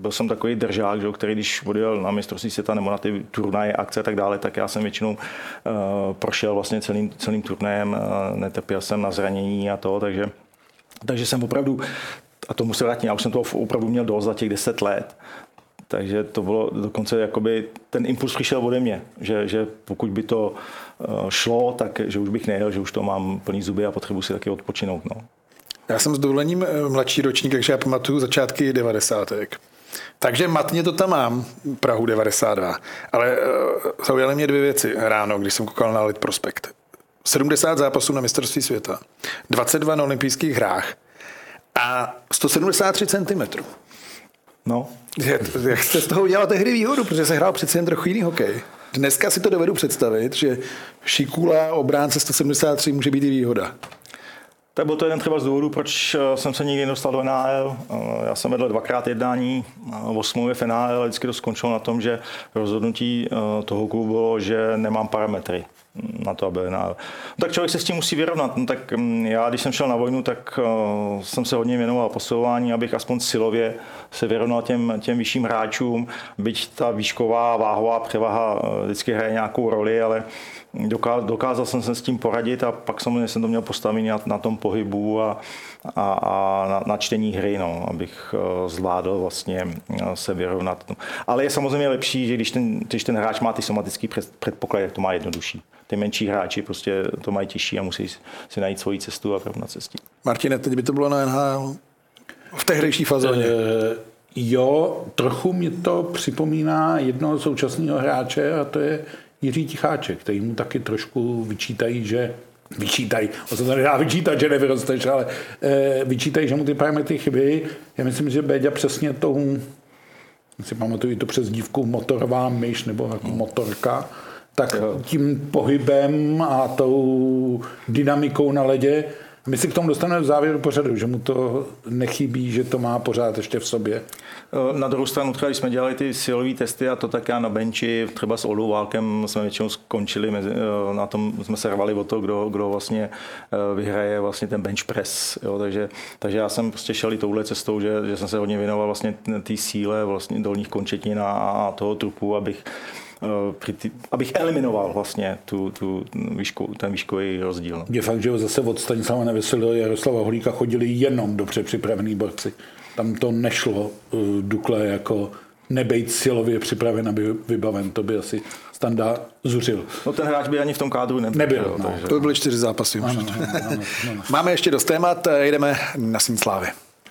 byl jsem takový držák, že, který když odjel na mistrovství světa nebo na ty turnaje, akce a tak dále, tak já jsem většinou prošel vlastně celým turnajem, netrpěl jsem na zranění a to, takže jsem opravdu, a to musel vrátit, já už jsem toho opravdu měl dost za těch 10 let, takže to bylo dokonce, jakoby, ten impuls přišel ode mě, že pokud by to šlo, tak že už bych nejel, že už to mám plný zuby a potřebuji si taky odpočinout. No. Já jsem s dovolením mladší ročník, takže já pamatuju začátky 90. Takže matně to tam mám, Prahu 92. Ale zaujaly mě 2 věci ráno, když jsem koukal na Lit Prospekt. 70 zápasů na mistrovství světa, 22 na olympijských hrách a 173 cm. No. Jak jste z toho udělal tehdy výhodu, protože se hrál přece jen trochu jiný hokej. Dneska si to dovedu představit, že šikula, obránce 173 může být i výhoda. Tak byl to jeden třeba z důvodů, proč jsem se nikdy nedostal do NHL. Já jsem vedl 2x jednání o smlouvě v NHL, ale vždycky to skončilo na tom, že rozhodnutí toho klubu bylo, že nemám parametry na to, aby NHL. Tak člověk se s tím musí vyrovnat. No, tak já, když jsem šel na vojnu, tak jsem se hodně věnoval posilování, abych aspoň silově se vyrovnal těm vyšším hráčům, byť ta výšková, váhová převaha vždycky hraje nějakou roli, ale dokázal jsem se s tím poradit a pak samozřejmě jsem to měl postavený na tom pohybu a na čtení hry, no, abych zvládl vlastně se vyrovnat. Ale je samozřejmě lepší, že když ten hráč má ty somatický předpoklady, tak to má jednodušší. Ty menší hráči prostě to mají těžší a musí si najít svoji cestu a na cestě. Martine, teď by to bylo na NHL v tehdejší fazóně. Jo, trochu mi to připomíná jednoho současného hráče a to je Jiří Ticháček, který mu taky trošku vyčítají, on se to nedá vyčítat, že nevyrosteš, ale vyčítají, že mu ty parametry chybí. Já myslím, že Béďa přesně tou, si pamatuju to přes dívku motorová myš nebo jako motorka, tak tím pohybem a tou dynamikou na ledě, my si k tomu dostaneme v závěru pořadu, že mu to nechybí, že to má pořád ještě v sobě. Na druhou stranu, třeba když jsme dělali ty silové testy a to tak já na benči, třeba s Oldou Válkem jsme většinou skončili, na tom jsme se rvali o to, kdo vlastně vyhraje vlastně ten bench press. Jo, takže já jsem prostě šel i touhle cestou, že jsem se hodně věnoval vlastně té síle vlastně dolních končetin a toho trupu, abych eliminoval vlastně ten výškový rozdíl. Je fakt, že zase od Stanislava Neveselého a Jaroslava Holíka chodili jenom dobře připravený borci. Tam to nešlo Dukle jako nebejt silově připraven, aby vybaven. To by asi Standa zuřil. No ten hráč by ani v tom kádru nebyl. No. Takže... To by byly 4 zápasy. Ano. Máme ještě dost témat, jdeme na Síň slávy.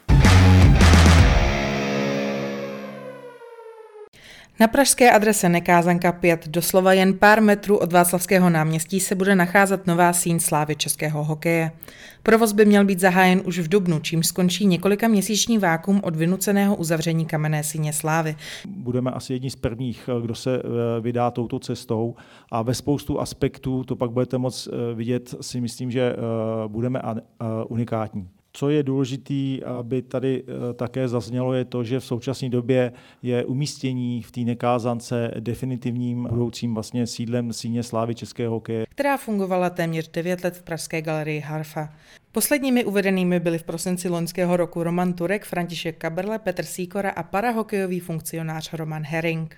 Na pražské adrese Nekázanka 5, doslova jen pár metrů od Václavského náměstí, se bude nacházet nová síň slávy českého hokeje. Provoz by měl být zahájen už v dubnu, čímž skončí několikaměsíční vákuum od vynuceného uzavření kamenné síně slávy. Budeme asi jedni z prvních, kdo se vydá touto cestou a ve spoustu aspektů, to pak budete moct vidět, si myslím, že budeme unikátní. Co je důležité, aby tady také zaznělo, je to, že v současné době je umístění v té Nekázance definitivním budoucím vlastně sídlem síně slávy českého hokeje, která fungovala téměř 9 let v pražské galerii Harfa. Posledními uvedenými byli v prosinci loňského roku Roman Turek, František Kaberle, Petr Sýkora a parahokejový funkcionář Roman Herring.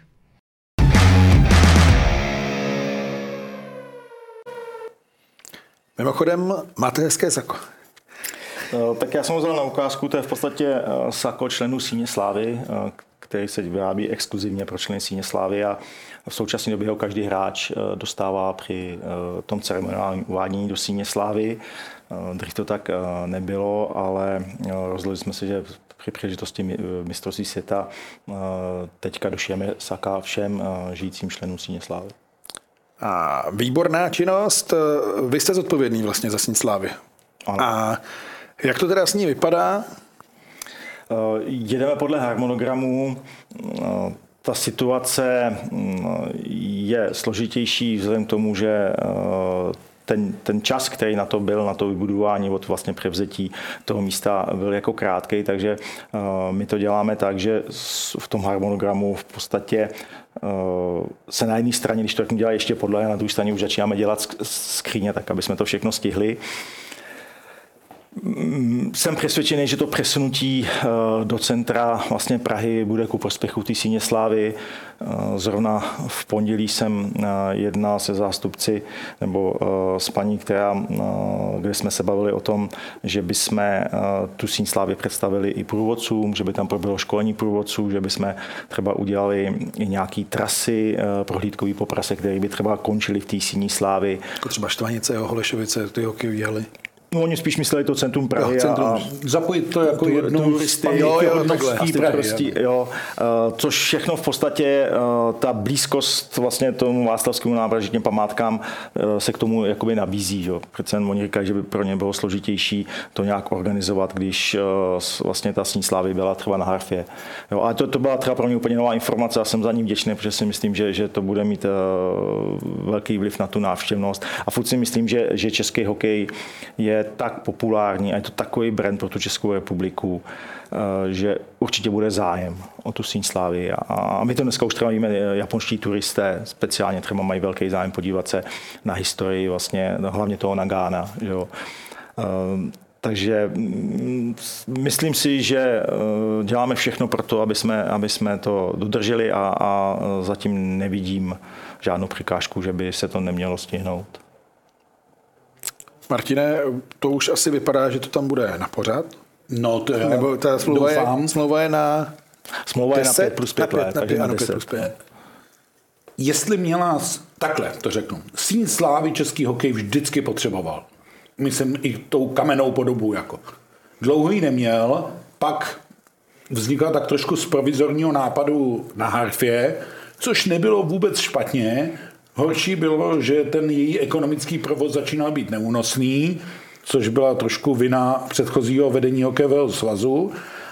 Mimochodem, máte hezké sako. Tak já jsem vzal na ukázku, to je v podstatě sako členů síně slávy, který se vyrábí exkluzivně pro členy síně slávy a v současné době ho každý hráč dostává při tom ceremoniálním uvádění do síně slávy. Dřív to tak nebylo, ale rozhodli jsme se, že při příležitosti mistrovství světa teďka došijeme saka všem žijícím členům síně slávy. A výborná činnost, vy jste zodpovědný vlastně za síň slávy. Ano. A jak to teda s ní vypadá? Jedeme podle harmonogramu. Ta situace je složitější vzhledem k tomu, že ten čas, který na to byl, na to vybudování od vlastně převzetí toho místa byl jako krátkej, takže my to děláme tak, že v tom harmonogramu v podstatě se na jedné straně, když to dělá ještě podle, na druhé straně už začínáme dělat skříně, tak aby jsme to všechno stihli. Jsem přesvědčený, že to přesunutí do centra vlastně Prahy bude ku prospěchu té Síně slávy. Zrovna v pondělí jsem jednal se zástupci nebo s paní, kde jsme se bavili o tom, že bychom tu Síň slávy představili i průvodcům, že by tam proběhlo školení průvodců, že bychom třeba udělali i nějaký trasy prohlídkový po Praze, které by třeba končily v té Síni slávy. Jako třeba Štvanice, Holešovice, ty hokejové haly. No, oni spíš mysleli to centrum Prahy a zapojit to jako jednu z pamětihodností Prahy. Což všechno v podstatě, ta blízkost vlastně tomu Václavskému nábřeží, těm památkám se k tomu jakoby nabízí. Jo. Přece oni říkají, že by pro ně bylo složitější to nějak organizovat, když vlastně ta Síň slávy byla třeba na Harfě. Jo, ale to byla třeba pro mě úplně nová informace a jsem za ní vděčný, protože si myslím, že to bude mít velký vliv na tu návštěvnost. A furt si myslím, že český hokej je tak populární a je to takový brand pro tu Českou republiku, že určitě bude zájem o tu Síň slávy. A my to dneska už třeba víme, japonští turisté speciálně třeba mají velký zájem podívat se na historii vlastně, hlavně toho Nagána. Jo. Takže myslím si, že děláme všechno pro to, aby jsme to dodrželi a zatím nevidím žádnou překážku, že by se to nemělo stihnout. Martine, to už asi vypadá, že to tam bude na pořad. No, to já nebo ta smlouva je na... Smlouva je na 5 plus 5 let, takže na 10. 5 plus 5. Jestli měla, takhle to řeknu, Síň slávy český hokej vždycky potřeboval. Myslím i tou kamennou podobu. Jako. Dlouho ji neměl, pak vznikla tak trošku z provizorního nápadu na Harfě, což nebylo vůbec špatně. Horší bylo, že ten její ekonomický provoz začínal být neúnosný, což byla trošku vina předchozího vedení hokejového svazu.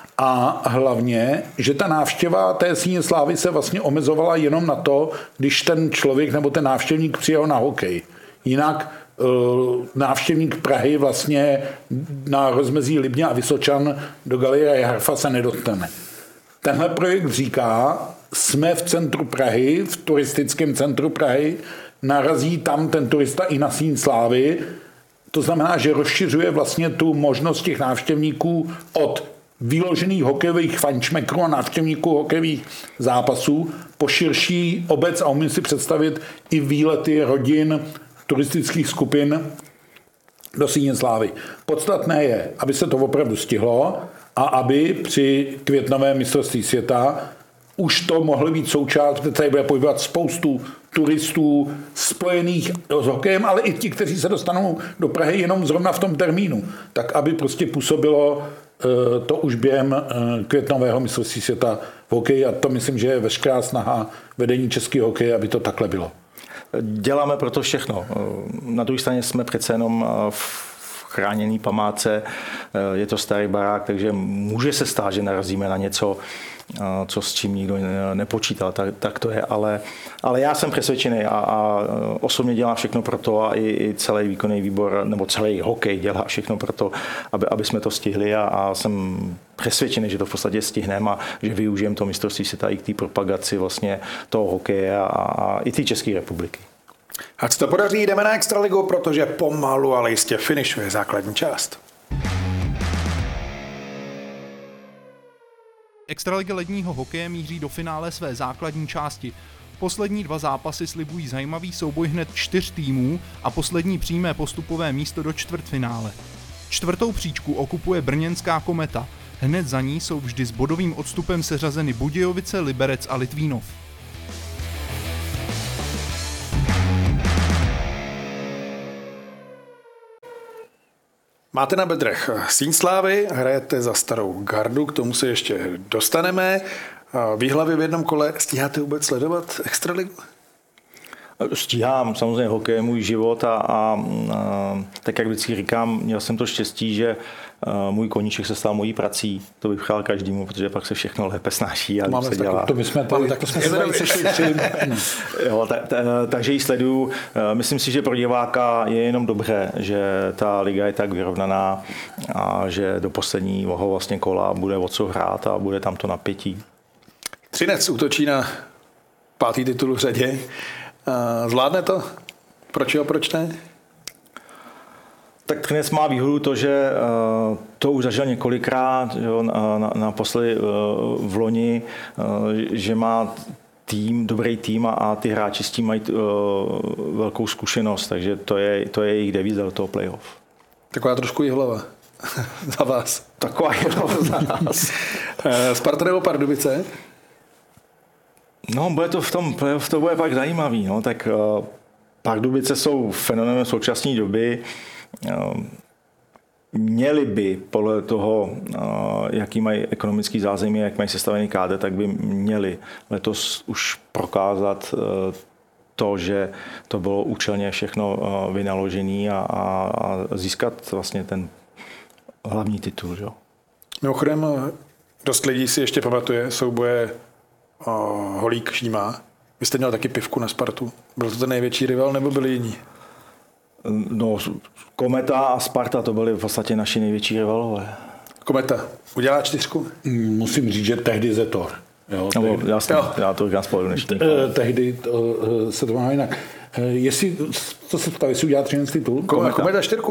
A hlavně, že ta návštěva té Síně slávy se vlastně omezovala jenom na to, když ten člověk nebo ten návštěvník přijel na hokej. Jinak návštěvník Prahy vlastně na rozmezí Libně a Vysočan do galerie Harfa se nedostane. Tenhle projekt říká, jsme v centru Prahy, v turistickém centru Prahy, narazí tam ten turista i na Síň slávy. To znamená, že rozšiřuje vlastně tu možnost těch návštěvníků od vyložených hokejových fančmekrů a návštěvníků hokejových zápasů po širší obec a umím si představit i výlety rodin, turistických skupin do Síně slávy. Podstatné je, aby se to opravdu stihlo a aby při květnovém mistrovství světa už to mohlo být součást, protože tady bude pohybovat spoustu turistů spojených s hokejem, ale i ti, kteří se dostanou do Prahy jenom zrovna v tom termínu. Tak aby prostě působilo to už během květnového mistrovství světa v hokeji a to myslím, že je veškerá snaha vedení českého hokeje, aby to takhle bylo. Děláme proto všechno. Na druhé straně jsme přece jenom v chráněný památce, je to starý barák, takže může se stát, že narazíme na něco, co s čím nikdo nepočítal, tak to je, ale já jsem přesvědčený a osobně dělám všechno pro to a i celý výkonný výbor, nebo celý hokej dělá všechno pro to, aby jsme to stihli a jsem přesvědčený, že to v podstatě stihneme a že využijeme to mistrovství světa i k té propagaci vlastně toho hokeje a i té České republiky. A co to podaří, jdeme na Extraligu, protože pomalu, ale jistě finišuje základní část. Extraliga ledního hokeje míří do finále své základní části. Poslední 2 zápasy slibují zajímavý souboj hned 4 týmů a poslední přímé postupové místo do čtvrtfinále. 4. příčku okupuje brněnská Kometa. Hned za ní jsou vždy s bodovým odstupem seřazeny Budějovice, Liberec a Litvínov. Máte na bedrech Síň slávy, hrajete za starou gardu, k tomu se ještě dostaneme. Výhlavy v jednom kole. Stíháte vůbec sledovat Extraligu? Stíhám, samozřejmě hokej je můj život a tak jak vždycky říkám, měl jsem to štěstí, že můj koníček se stal mojí prací. To bych přál každému, protože pak se všechno lépe snáší a se dělá. To bychom tady, tak jsme se tady sešli jo, takže ji sleduju. Myslím si, že pro diváka je jenom dobře, že ta liga je tak vyrovnaná a že do posledního vlastně kola bude o co hrát a bude tam to napětí. Třinec útočí na 5. titul v řadě. Zvládne to? Proč jo, proč ne? Tak Třinec má výhodu to, že to už zažil několikrát, jo, naposledy v loni, že má dobrý tým a ty hráči s tím mají velkou zkušenost, takže to je jejich devíza do toho playoff. Taková trošku Jihlava za vás. Taková Jihlava za nás. Sparta nebo Pardubice? No, bude to v tom playoff, to bude pak zajímavý. No, tak Pardubice jsou fenoménem současné doby. Měli by podle toho, jaký mají ekonomický zázemí, jak mají sestavený kádr, tak by měli letos už prokázat to, že to bylo účelně všechno vynaložené a získat vlastně ten hlavní titul. Jo. Mimochodem, dost lidí si ještě pamatuje souboje Holík Šíma. Vy jste měl taky pivku na Spartu. Byl to ten největší rival, nebo byli jiní? No, Kometa a Sparta to byly v podstatě naši největší rivalové. Kometa udělá 4? Musím říct, že tehdy Zetor. Jo, tehdy, já to říkám spolu dnešní. Tehdy se to má jinak. Co se stalo, jestli udělá 13 titul? Kometa 4.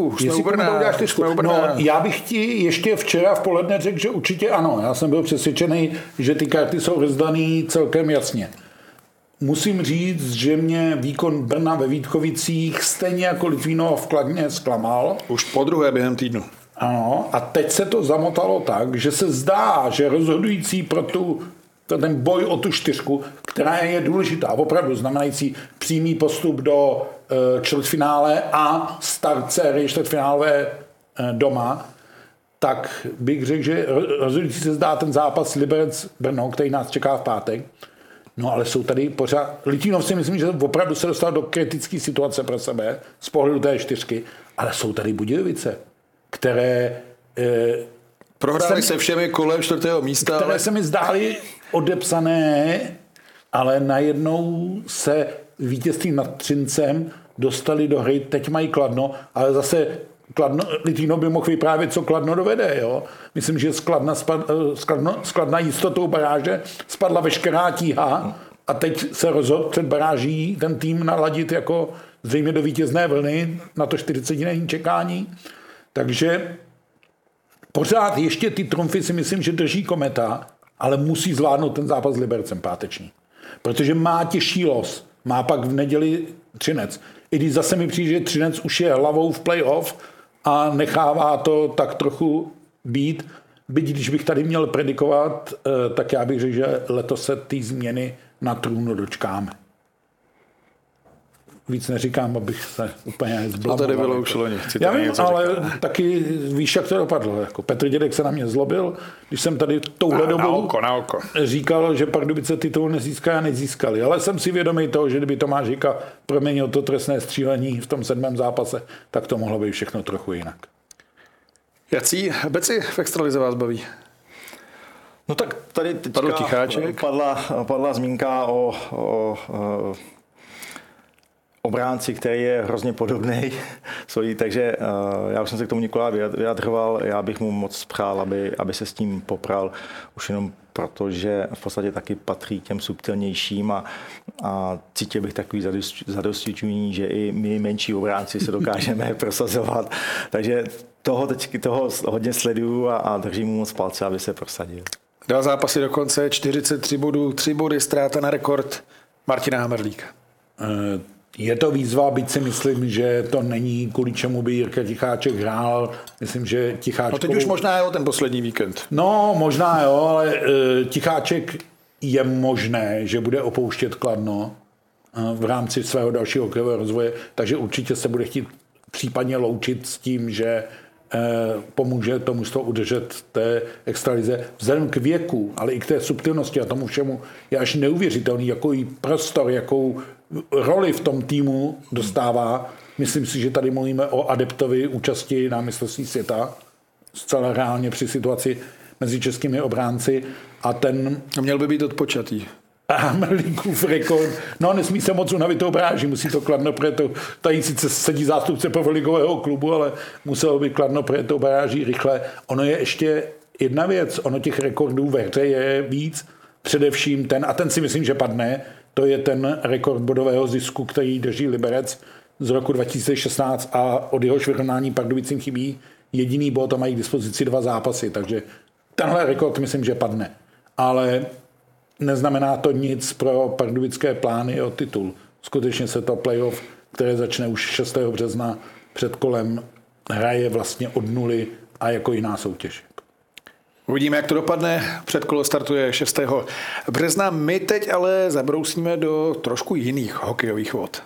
No, já bych ti ještě včera v poledne řekl, že určitě ano. Já jsem byl přesvědčený, že ty karty jsou rozdaný celkem jasně. Musím říct, že mě výkon Brna ve Vítkovicích stejně jako Litvínov v Kladně zklamal. Už po druhé během týdnu. Ano, a teď se to zamotalo tak, že se zdá, že rozhodující pro ten boj o tu 4, která je důležitá, opravdu znamenající přímý postup do čtvrtfinále a start série čtvrtfinálové doma, tak bych řekl, že rozhodující se zdá ten zápas Liberec-Brno, který nás čeká v pátek. No ale jsou tady pořád... Litvínov si myslím, že opravdu se dostal do kritické situace pro sebe z pohledu té 4, ale jsou tady Budějovice, které... Prohráli se všemi kolem 4. místa. Které se mi zdály odepsané, ale najednou se vítězství nad Třincem dostali do hry, teď mají Kladno, ale zase Litvínov by mohl vyprávět, co Kladno dovede. Jo? Myslím, že z Kladna jistotou baráže spadla veškerá tíha a teď se rozhodl před baráží ten tým naladit jako zřejmě do vítězné vlny na to 40denní čekání. Takže pořád ještě ty trumfy si myslím, že drží Kometa, ale musí zvládnout ten zápas s Libercem páteční. Protože má těžší los. Má pak v neděli Třinec. I když zase mi přijde, že Třinec už je hlavou v playoff a nechává to tak trochu být. Byť když bych tady měl predikovat, tak já bych řekl, že letos se ty změny na trůnu dočkáme. Víc neříkám, abych se úplně zblamoval. A tady bylo už loni. Já vím, ale taky víš, jak to dopadlo. Jako Petr Dědek se na mě zlobil, když jsem tady touhle dobou říkal, že Pardubice titul nezíská a nezískali. Ale jsem si vědomý toho, že kdyby Tomáš Hika proměnil to trestné střílení v tom 7. zápase, tak to mohlo být všechno trochu jinak. Jací beci v extralize vás baví? No tak tady teďka padla zmínka o obránci, který je hrozně podobný svojí, takže já už jsem se k tomu několikrát vyjadřoval, já bych mu moc přál, aby se s tím popral, už jenom proto, že v podstatě taky patří těm subtilnějším a cítil bych takový zadostičení, že i my menší obránci se dokážeme prosazovat, takže toho hodně sleduju a držím mu moc palce, aby se prosadil. 2 zápasy do konce, 43 bodů, 3 body, ztráta na rekord Martina Hamerlíka. Je to výzva, byť si myslím, že to není kvůli čemu by Jirka Ticháček hrál. Myslím, že Ticháček... No teď už možná jo, ten poslední víkend. No, možná jo, ale Ticháček je možné, že bude opouštět Kladno v rámci svého dalšího hokejového rozvoje, takže určitě se bude chtít případně loučit s tím, že pomůže tomu z toho udržet v té extralize. Vzhledem k věku, ale i k té subtilnosti a tomu všemu je až neuvěřitelný, jaký prostor, jakou roli v tom týmu dostává. Myslím si, že tady mluvíme o adeptovi účasti na mistrovství světa zcela reálně při situaci mezi českými obránci a ten... Měl by být odpočatý. Hamerlíkův rekord. No, nesmí se moc unavit tou bráží, musí to Kladno projet. Tady sice sedí zástupce prvoligového klubu, ale muselo by Kladno projet tou bráží rychle. Ono je ještě jedna věc, ono těch rekordů ve hře je víc, především ten, a ten si myslím, že padne, to je ten rekord bodového zisku, který drží Liberec z roku 2016 a od jeho vyrovnání Pardubicím chybí jediný bod a mají k dispozici 2 zápasy, takže tenhle rekord myslím, že padne. Ale neznamená to nic pro pardubické plány o titul. Skutečně se to playoff, které začne už 6. března před kolem, hraje vlastně od nuly a jako jiná soutěž. Uvidíme, jak to dopadne. Předkolo startuje 6. března. My teď ale zabrousíme do trošku jiných hokejových vod.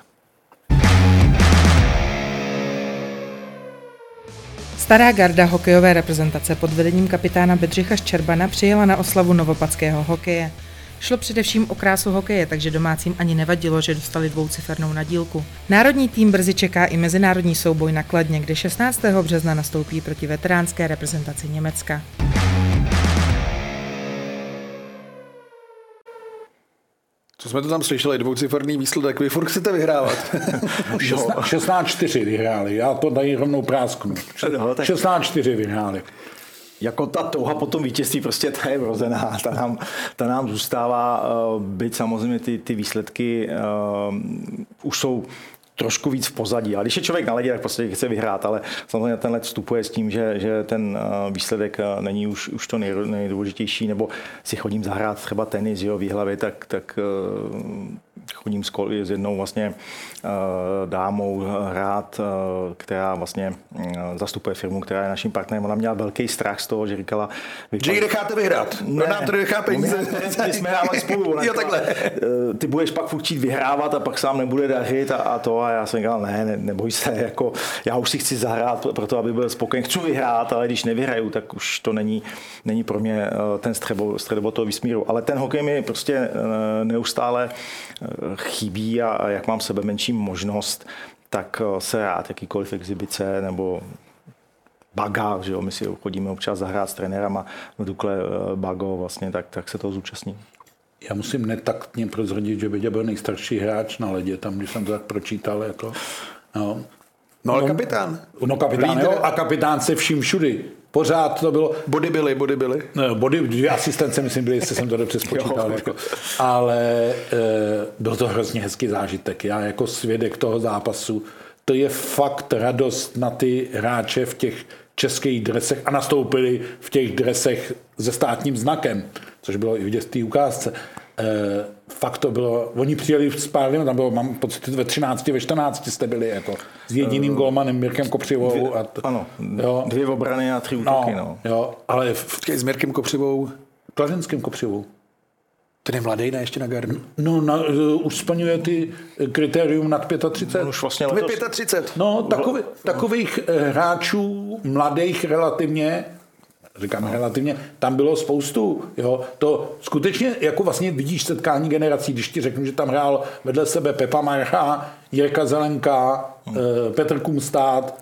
Stará garda hokejové reprezentace pod vedením kapitána Bedřicha Ščerbana přijela na oslavu novopadského hokeje. Šlo především o krásu hokeje, takže domácím ani nevadilo, že dostali 2cifernou nadílku. Národní tým brzy čeká i mezinárodní souboj na Kladně, kde 16. března nastoupí proti veteránské reprezentaci Německa. Co jsme to tam slyšeli, 2ciferný výsledek, vy furt chcete vyhrávat. 16-4 vyhráli, já to dají rovnou prásknu. 16-4 vyhráli. Jako ta touha po tom vítězství prostě ta je vrozená, ta nám zůstává, byť samozřejmě ty výsledky už jsou trošku víc v pozadí. A když je člověk na ledě, tak prostě chce vyhrát, ale samozřejmě ten led vstupuje s tím, že ten výsledek není už to nejdůležitější, nebo si chodím zahrát třeba tenis, v Jihlavě, tak chodím s jednou vlastně dámou hrát, která vlastně zastupuje firmu, která je naším partnerem. Ona měla velký strach z toho, že říkala... Že ji necháte vyhrát. Ne, nám to nechá peníze. My jsme hrávali spolu. Jo, takhle. Ty budeš pak furt chtít vyhrávat a pak sám nebude dařit a to. A já jsem říkal, neboj se, jako já už si chci zahrát proto, aby byl spokojený. Chci vyhrát, ale když nevyhraju, tak už to není pro mě ten středobod toho vesmíru. Ale ten hokej mi prostě neustále chybí a jak mám sebe menší možnost, tak se rád jakýkoliv exibice nebo baga, že jo, my si chodíme občas zahrát s trenérama v Dukle bago vlastně, tak se toho zúčastním. Já musím netaktně prozradit, že Beďa byl nejstarší hráč na ledě, tam, když jsem to tak pročítal, jako, no. No ale kapitán. No kapitán, jo, a kapitán se vším všudy. Pořád to bylo... Body byly. No, 2 asistence, myslím, byly, jestli jsem to dobře spočítal. Jako. Ale byl to hrozně hezký zážitek. Já jako svědek toho zápasu, to je fakt radost na ty hráče v těch českých dresech a nastoupili v těch dresech se státním znakem, což bylo i vidět v té ukázce. Fakt to bylo, oni přijeli s pár, tam bylo, mám pocit, ve 13, ve 14 jste byli, jako, s jediným golmanem Mirkem Kopřivou. Ano, 2 obrany a 3 útoky. No. Jo, ale s Mirkem Kopřivou. Kladenským Kopřivou. Ten je mladý, ne, ještě na gardu. No, už splňuje ty kritérium nad 35. Už vlastně letos. 35. No, takových hráčů, mladých relativně, tam bylo spoustu. Jo. To skutečně, jako vlastně vidíš setkání generací, když ti řeknu, že tam hrál vedle sebe Pepa Marcha, Jirka Zelenka, Petr Kumstát,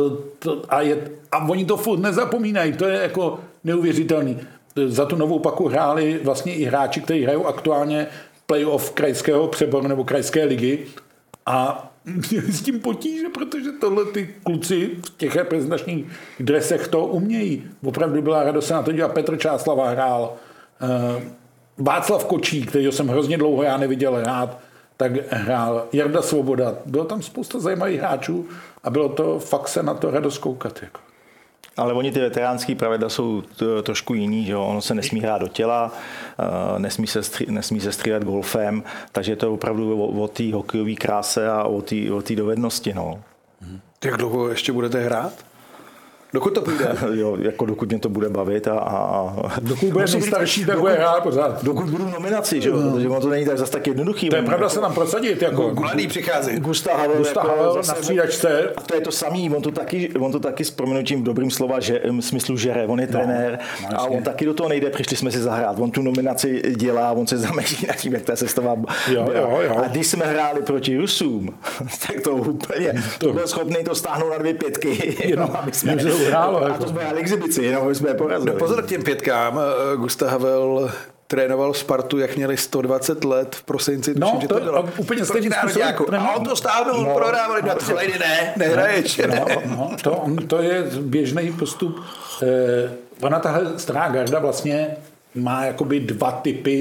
a oni to furt nezapomínají, to je jako neuvěřitelný. Za tu novou paku hráli vlastně i hráči, kteří hrajou aktuálně playoff krajského přeboru nebo krajské ligy a měli s tím potíže, protože tohle ty kluci v těch reprezentačních dresech to umějí. Opravdu byla radost se na to dívat. Petr Čáslava hrál, Václav Kočík, kterýho jsem hrozně dlouho já neviděl hrát, tak hrál Jarda Svoboda. Bylo tam spousta zajímavých hráčů a bylo to fakt se na to radost koukat. Jako. Ale oni ty veteránský pravidla jsou trošku jiný, že jo? Ono se nesmí hrát do těla, nesmí se střílet golfem, takže to je opravdu o té hokejové kráse a o té dovednosti. No. Jak dlouho ještě budete hrát? Dokud to půjde? Jo, jako dokud mě to bude bavit a dokud bude starší, tak bude hrát pořád. Dokud budu v nominaci, že jo? Protože ono to není tak taky jednoduchý. To je pravda se tam prosadit. Jako mladý přichází. Gustav Havel na střídačce. A to je to samý, on to taky s prominutím dobrým slova smyslu žere. On je trenér a on taky do toho nejde, přišli jsme si zahrát. On tu nominaci dělá, on se zamýšlí nad tím, jak ta sestava byla. A když jsme hráli proti Rusům, tak to úplně, to byl schopný to stáhnout na 2 pětky. A to jsme hráli exibici, jenom jsme porazili. No pozor k těm 5. Gustav Havel trénoval Spartu, jak měli 120 let v prosinci. No, tuším, to bylo úplně stejný způsob. A on to stáhnul, prohrávali na to. Nehraješ. To je běžný postup. Ona tahle stará garda vlastně má jakoby 2 typy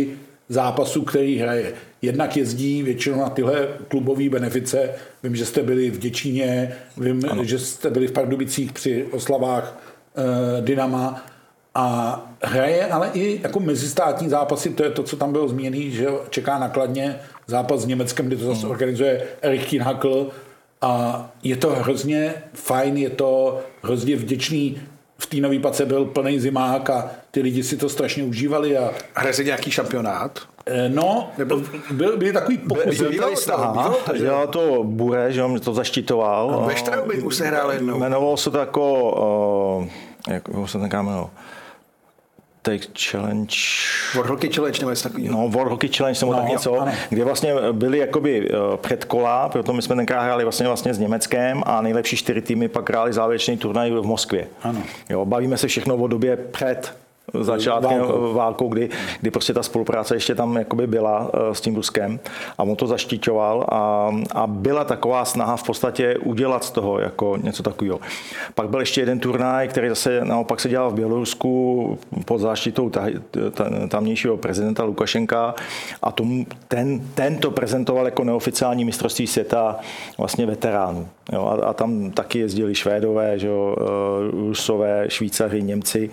zápasů, který hraje. Jednak jezdí většinou na tyhle klubové benefice. Vím, že jste byli v Děčíně, vím, že jste byli v Pardubicích při oslavách Dynama a hraje ale i jako mezistátní zápasy, to je to, co tam bylo zmíněné, že čeká na Kladně zápas s Německem, kde to zase organizuje Erich Kienhackl a je to hrozně fajn, je to hrozně vděčný. V té nový pace byl plný zimák a ty lidi si to strašně užívali. A hraje se nějaký šampionát? No, byly takový pokusy. Dělal to Bure, že on to zaštitoval. No, ve Straubingu se hrál jednou. Jmenovalo se to jako, jak se to jmenovalo? Take Challenge. World Hockey Challenge nebo něco takového. No, World Hockey Challenge nebo tak něco, kde vlastně byly jakoby předkola, proto my jsme tenkrát hráli vlastně s Německem a nejlepší 4 týmy pak hráli závěrečný turnaj v Moskvě. Ano. Jo, bavíme se všechno o době před začátkem válkou, kdy prostě ta spolupráce ještě tam jakoby byla s tím Ruskem a on to zaštiťoval a byla taková snaha v podstatě udělat z toho jako něco takového. Pak byl ještě jeden turnaj, který zase naopak se dělal v Bělorusku pod záštitou tamnějšího prezidenta Lukašenka a ten to prezentoval jako neoficiální mistrovství světa vlastně veteránů. Jo, a tam taky jezdili Švédové, že jo, Rusové, Švýcaři, Němci.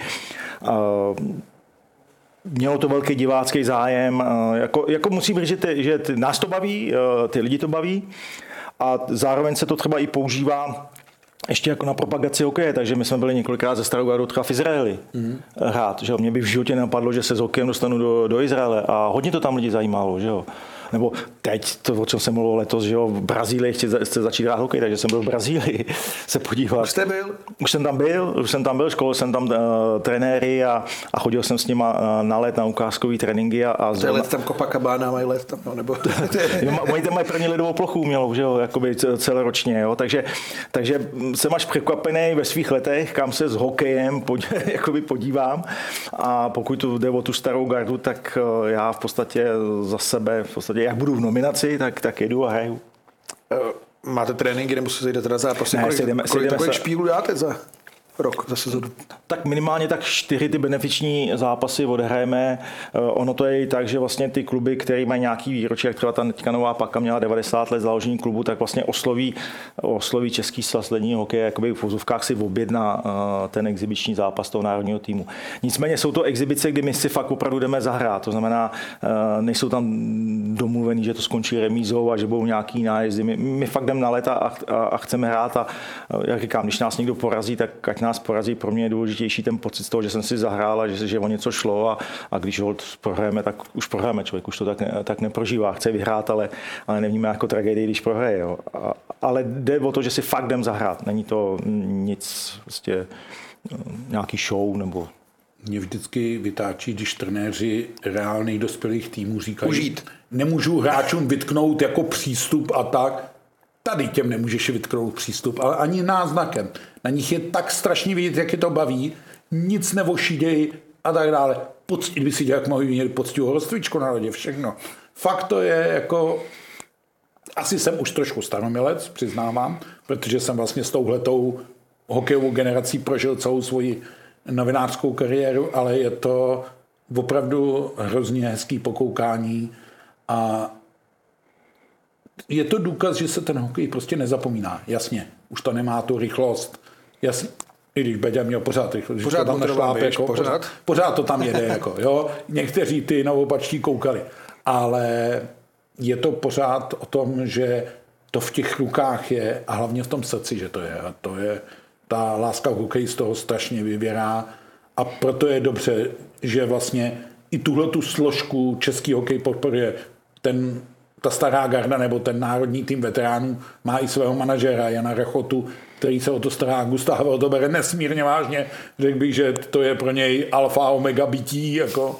Mělo to velký divácký zájem. Jako musím říct, že nás to baví, ty lidi to baví a zároveň se to třeba i používá ještě jako na propagaci hokeje, takže my jsme byli několikrát ze Starogardu třeba v Izraeli hrát. Že jo? Mě by v životě napadlo, že se s hokejem dostanu do Izraele a hodně to tam lidi zajímalo. Že jo? Nebo teď, to, o čem jsem mluvil letos, že jo, v Brazílii chci začít hrát hokej, takže jsem byl v Brazílii se podívat. Už jste byl? Už jsem tam byl, školil jsem tam trenéry a chodil jsem s nima na let, na ukázkový tréninky. To je let tam Copacabana, mají let tam, no, nebo... Oni tam mají první ledovou plochu umělou, že jo, jakoby celoročně, jo, takže jsem až překvapený ve svých letech, kam se s hokejem jakoby podívám a pokud to jde o tu starou gardu, tak já v podstatě za sebe, jak budu v nominaci, tak jedu a hraju. Máte tréninky nebo se sejdete na zápasy? Kolik takových špílů dáte za rok, za sezonu? Tak minimálně tak 4 ty benefiční zápasy odehrajeme. Ono to je i tak, že vlastně ty kluby, které mají nějaký výročí, jak třeba ta teďka nová Paka měla 90 let založení klubu, tak vlastně osloví Český svaz ledního hokeje, jakoby v vozovkách si objedná ten exibiční zápas toho národního týmu. Nicméně jsou to exibice, kdy my si fakt opravdu jdeme zahrát. To znamená, nejsou tam domluvený, že to skončí remízou a že budou nějaký nájezdy. My fakt jdeme na let a chceme hrát a jak říkám, když nás někdo porazí, tak ať nás porazí. Pro mě je důležitější ten pocit z toho, že jsem si zahrál a že o něco šlo a když ho prohrajeme, tak už prohrajeme. Člověk už to tak neprožívá. Chce vyhrát, ale nevnímá jako tragédii, když prohraje. Jo. Ale jde o to, že si fakt jdem zahrát. Není to nic, prostě nějaký show nebo... Mě vždycky vytáčí, když trenéři reálných dospělých týmů říkají, užít. Nemůžu hráčům vytknout jako přístup a tak. Tady těm nemůžeš vytknout přístup, ale ani náznakem. Na nich je tak strašně vidět, jak je to baví, nic nevošíděj a tak dále. Kdyby si dělal, jak mohli měli poctivou rozcvičku na ledě, všechno. Fakt to je jako... Asi jsem už trošku staromilec, přiznávám, protože jsem vlastně s touhletou hokejovou generací prožil celou svoji novinářskou kariéru, ale je to opravdu hrozně hezký pokoukání a je to důkaz, že se ten hokej prostě nezapomíná. Jasně, už to nemá tu rychlost. Jasně, i když Beďa měl pořád rychlost. Pořád to tam nešlápe, jako, pořád to tam jede. Jako, jo? Někteří ty novopačtí koukali. Ale je to pořád o tom, že to v těch rukách je a hlavně v tom srdci, že to je. A to je ta láska k hokeji z toho strašně vyvěrá a proto je dobře, že vlastně i tuhletu složku český hokej podporuje ta stará garda nebo ten národní tým veteránů má i svého manažera Jana Rachotu, který se o to stará. Gustav to bere nesmírně vážně. Řekl bych, že to je pro něj alfa omega bytí jako,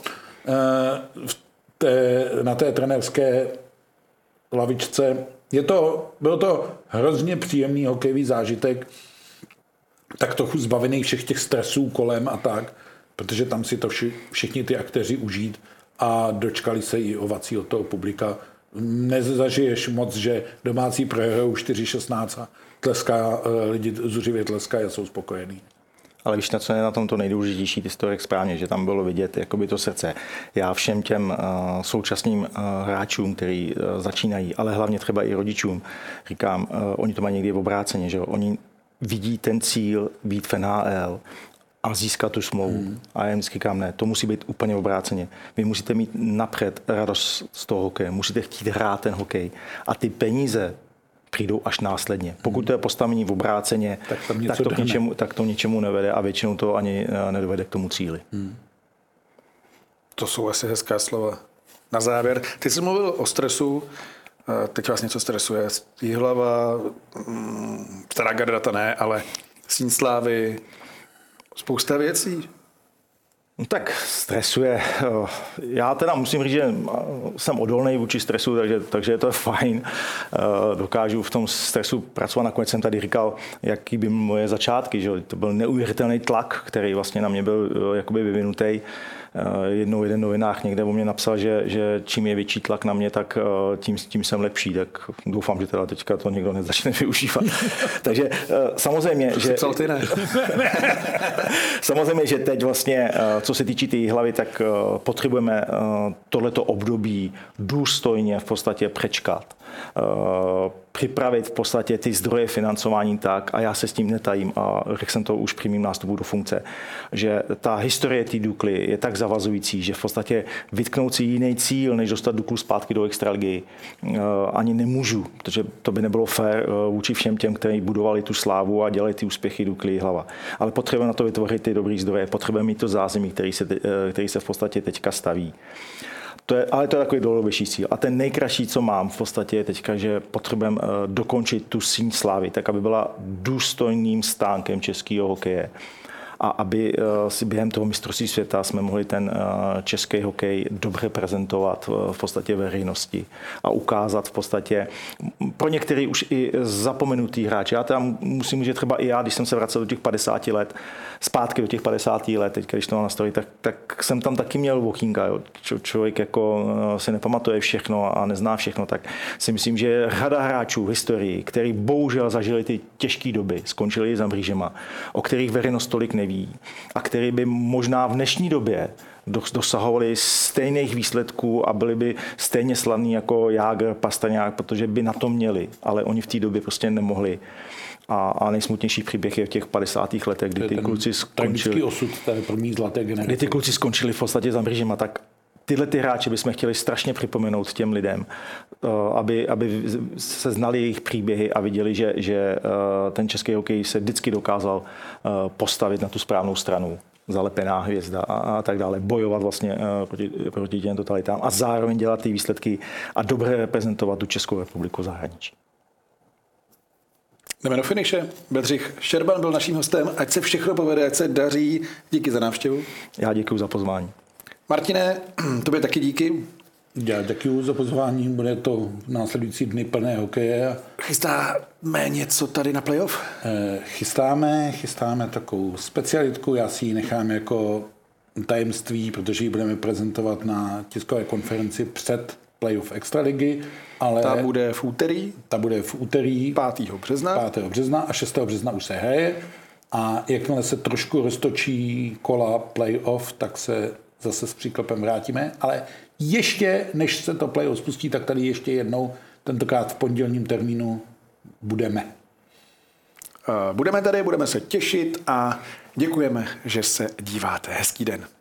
na té trenérské lavičce. Byl to hrozně příjemný hokejový zážitek, tak trochu zbavený všech těch stresů kolem a tak, protože tam si to všichni ty aktéři užít a dočkali se i ovací od toho publika. Nezažiješ moc, že domácí prohrajou 4-16 a lidi zuřivě tleskají a jsou spokojení. Ale víš, co je na tom to nejdůležitější, ty jsi to řekl správně, že tam bylo vidět jakoby to srdce. Já všem těm současným hráčům, kteří začínají, ale hlavně třeba i rodičům, říkám, oni to mají někdy v obráceně, že oni vidí ten cíl být v NHL a získat tu smlouvu. A já jim říkám, ne, to musí být úplně obráceně. Vy musíte mít napřed radost z toho hokeje, musíte chtít hrát ten hokej a ty přijdou až následně. Pokud to je postavení v obráceně, tak to ničemu nevede a většinou to ani nedovede k tomu cíli. To jsou asi hezká slova. Na závěr, ty jsi mluvil o stresu, teď vás něco stresuje. Jihlava, Stará Gardata ne, ale Síň slávy, spousta věcí. No tak stresuje. Já teda musím říct, že jsem odolný vůči stresu, takže to je fajn. Dokážu v tom stresu pracovat. Nakonec jsem tady říkal, jaký by moje začátky. Že? To byl neuvěřitelný tlak, který vlastně na mě byl jakoby vyvinutý. Jednou jeden novinář někde o mě napsal, že čím je větší tlak na mě, tak tím jsem lepší. Tak doufám, že teda teďka to někdo nezačne využívat. Takže samozřejmě, že... Samozřejmě, že teď vlastně, co se týče té hlavy, tak potřebujeme tohleto období důstojně v podstatě přečkat. Připravit v podstatě ty zdroje financování tak, a já se s tím netajím a řekl jsem to už při mým nástupu do funkce, že ta historie té Dukly je tak zavazující, že v podstatě vytknout si jiný cíl, než dostat Duklu zpátky do extraligy, ani nemůžu, protože to by nebylo fér vůči všem těm, kteří budovali tu slávu a dělali ty úspěchy Dukly Jihlava. Ale potřebujeme na to vytvořit ty dobrý zdroje, potřebujeme mít to zázemí, který se v podstatě teďka staví. Ale to je takový dlouhodobější cíl. A ten nejkratší, co mám v podstatě je teďka, že potřebujeme dokončit tu síň slávy, tak aby byla důstojným stánkem českého hokeje. A aby si během toho mistrovství světa jsme mohli ten český hokej dobře prezentovat v podstatě veřejnosti a ukázat v podstatě pro některý už i zapomenutý hráč. Já tam musím říct, třeba i já, když jsem se vracel do těch 50 let, zpátky do těch 50 let, teď když to mám na story, tak jsem tam taky měl okýnka. Člověk jako si nepamatuje všechno a nezná všechno, tak si myslím, že řada hráčů v historii, který bohužel zažili ty těžké doby, skončili za mřížema, o kterých veřejnost tolik neví a který by možná v dnešní době dosahovali stejných výsledků a byli by stejně slavní jako Jágr, Pastrňák, protože by na to měli, ale oni v té době prostě nemohli. A nejsmutnější příběh je v těch 50. letech, kdy ty kluci skončili. Osud té první zlaté generace. Kdy ty kluci skončili v podstatě za mřížema, tak tyhle ty hráče bychom chtěli strašně připomenout těm lidem, aby se znali jejich příběhy a viděli, že ten český hokej se vždycky dokázal postavit na tu správnou stranu. Zalepená hvězda a tak dále, bojovat vlastně proti těm totalitám a zároveň dělat ty výsledky a dobře reprezentovat tu Českou republiku v zahraničí. Jdeme do finiše. Bedřich Štěrban byl naším hostem. Ať se všechno povede, ať se daří. Díky za návštěvu. Já děkuji za pozvání. Martine, tobě taky díky. Já děkuji za pozvání. Bude to v následující dny plné hokeje. Chystáme něco tady na playoff? Chystáme takovou specialitku. Já si ji nechám jako tajemství, protože ji budeme prezentovat na tiskové konferenci před playoff Extraligy. Ale ta bude v úterý? Ta bude v úterý 5. března a 6. března už se hraje. A jakmile se trošku roztočí kola playoff, tak se zase s příklepem vrátíme. Ale ještě, než se to playoff spustí, tak tady ještě jednou, tentokrát v pondělním termínu, budeme. Budeme tady, budeme se těšit a děkujeme, že se díváte. Hezký den.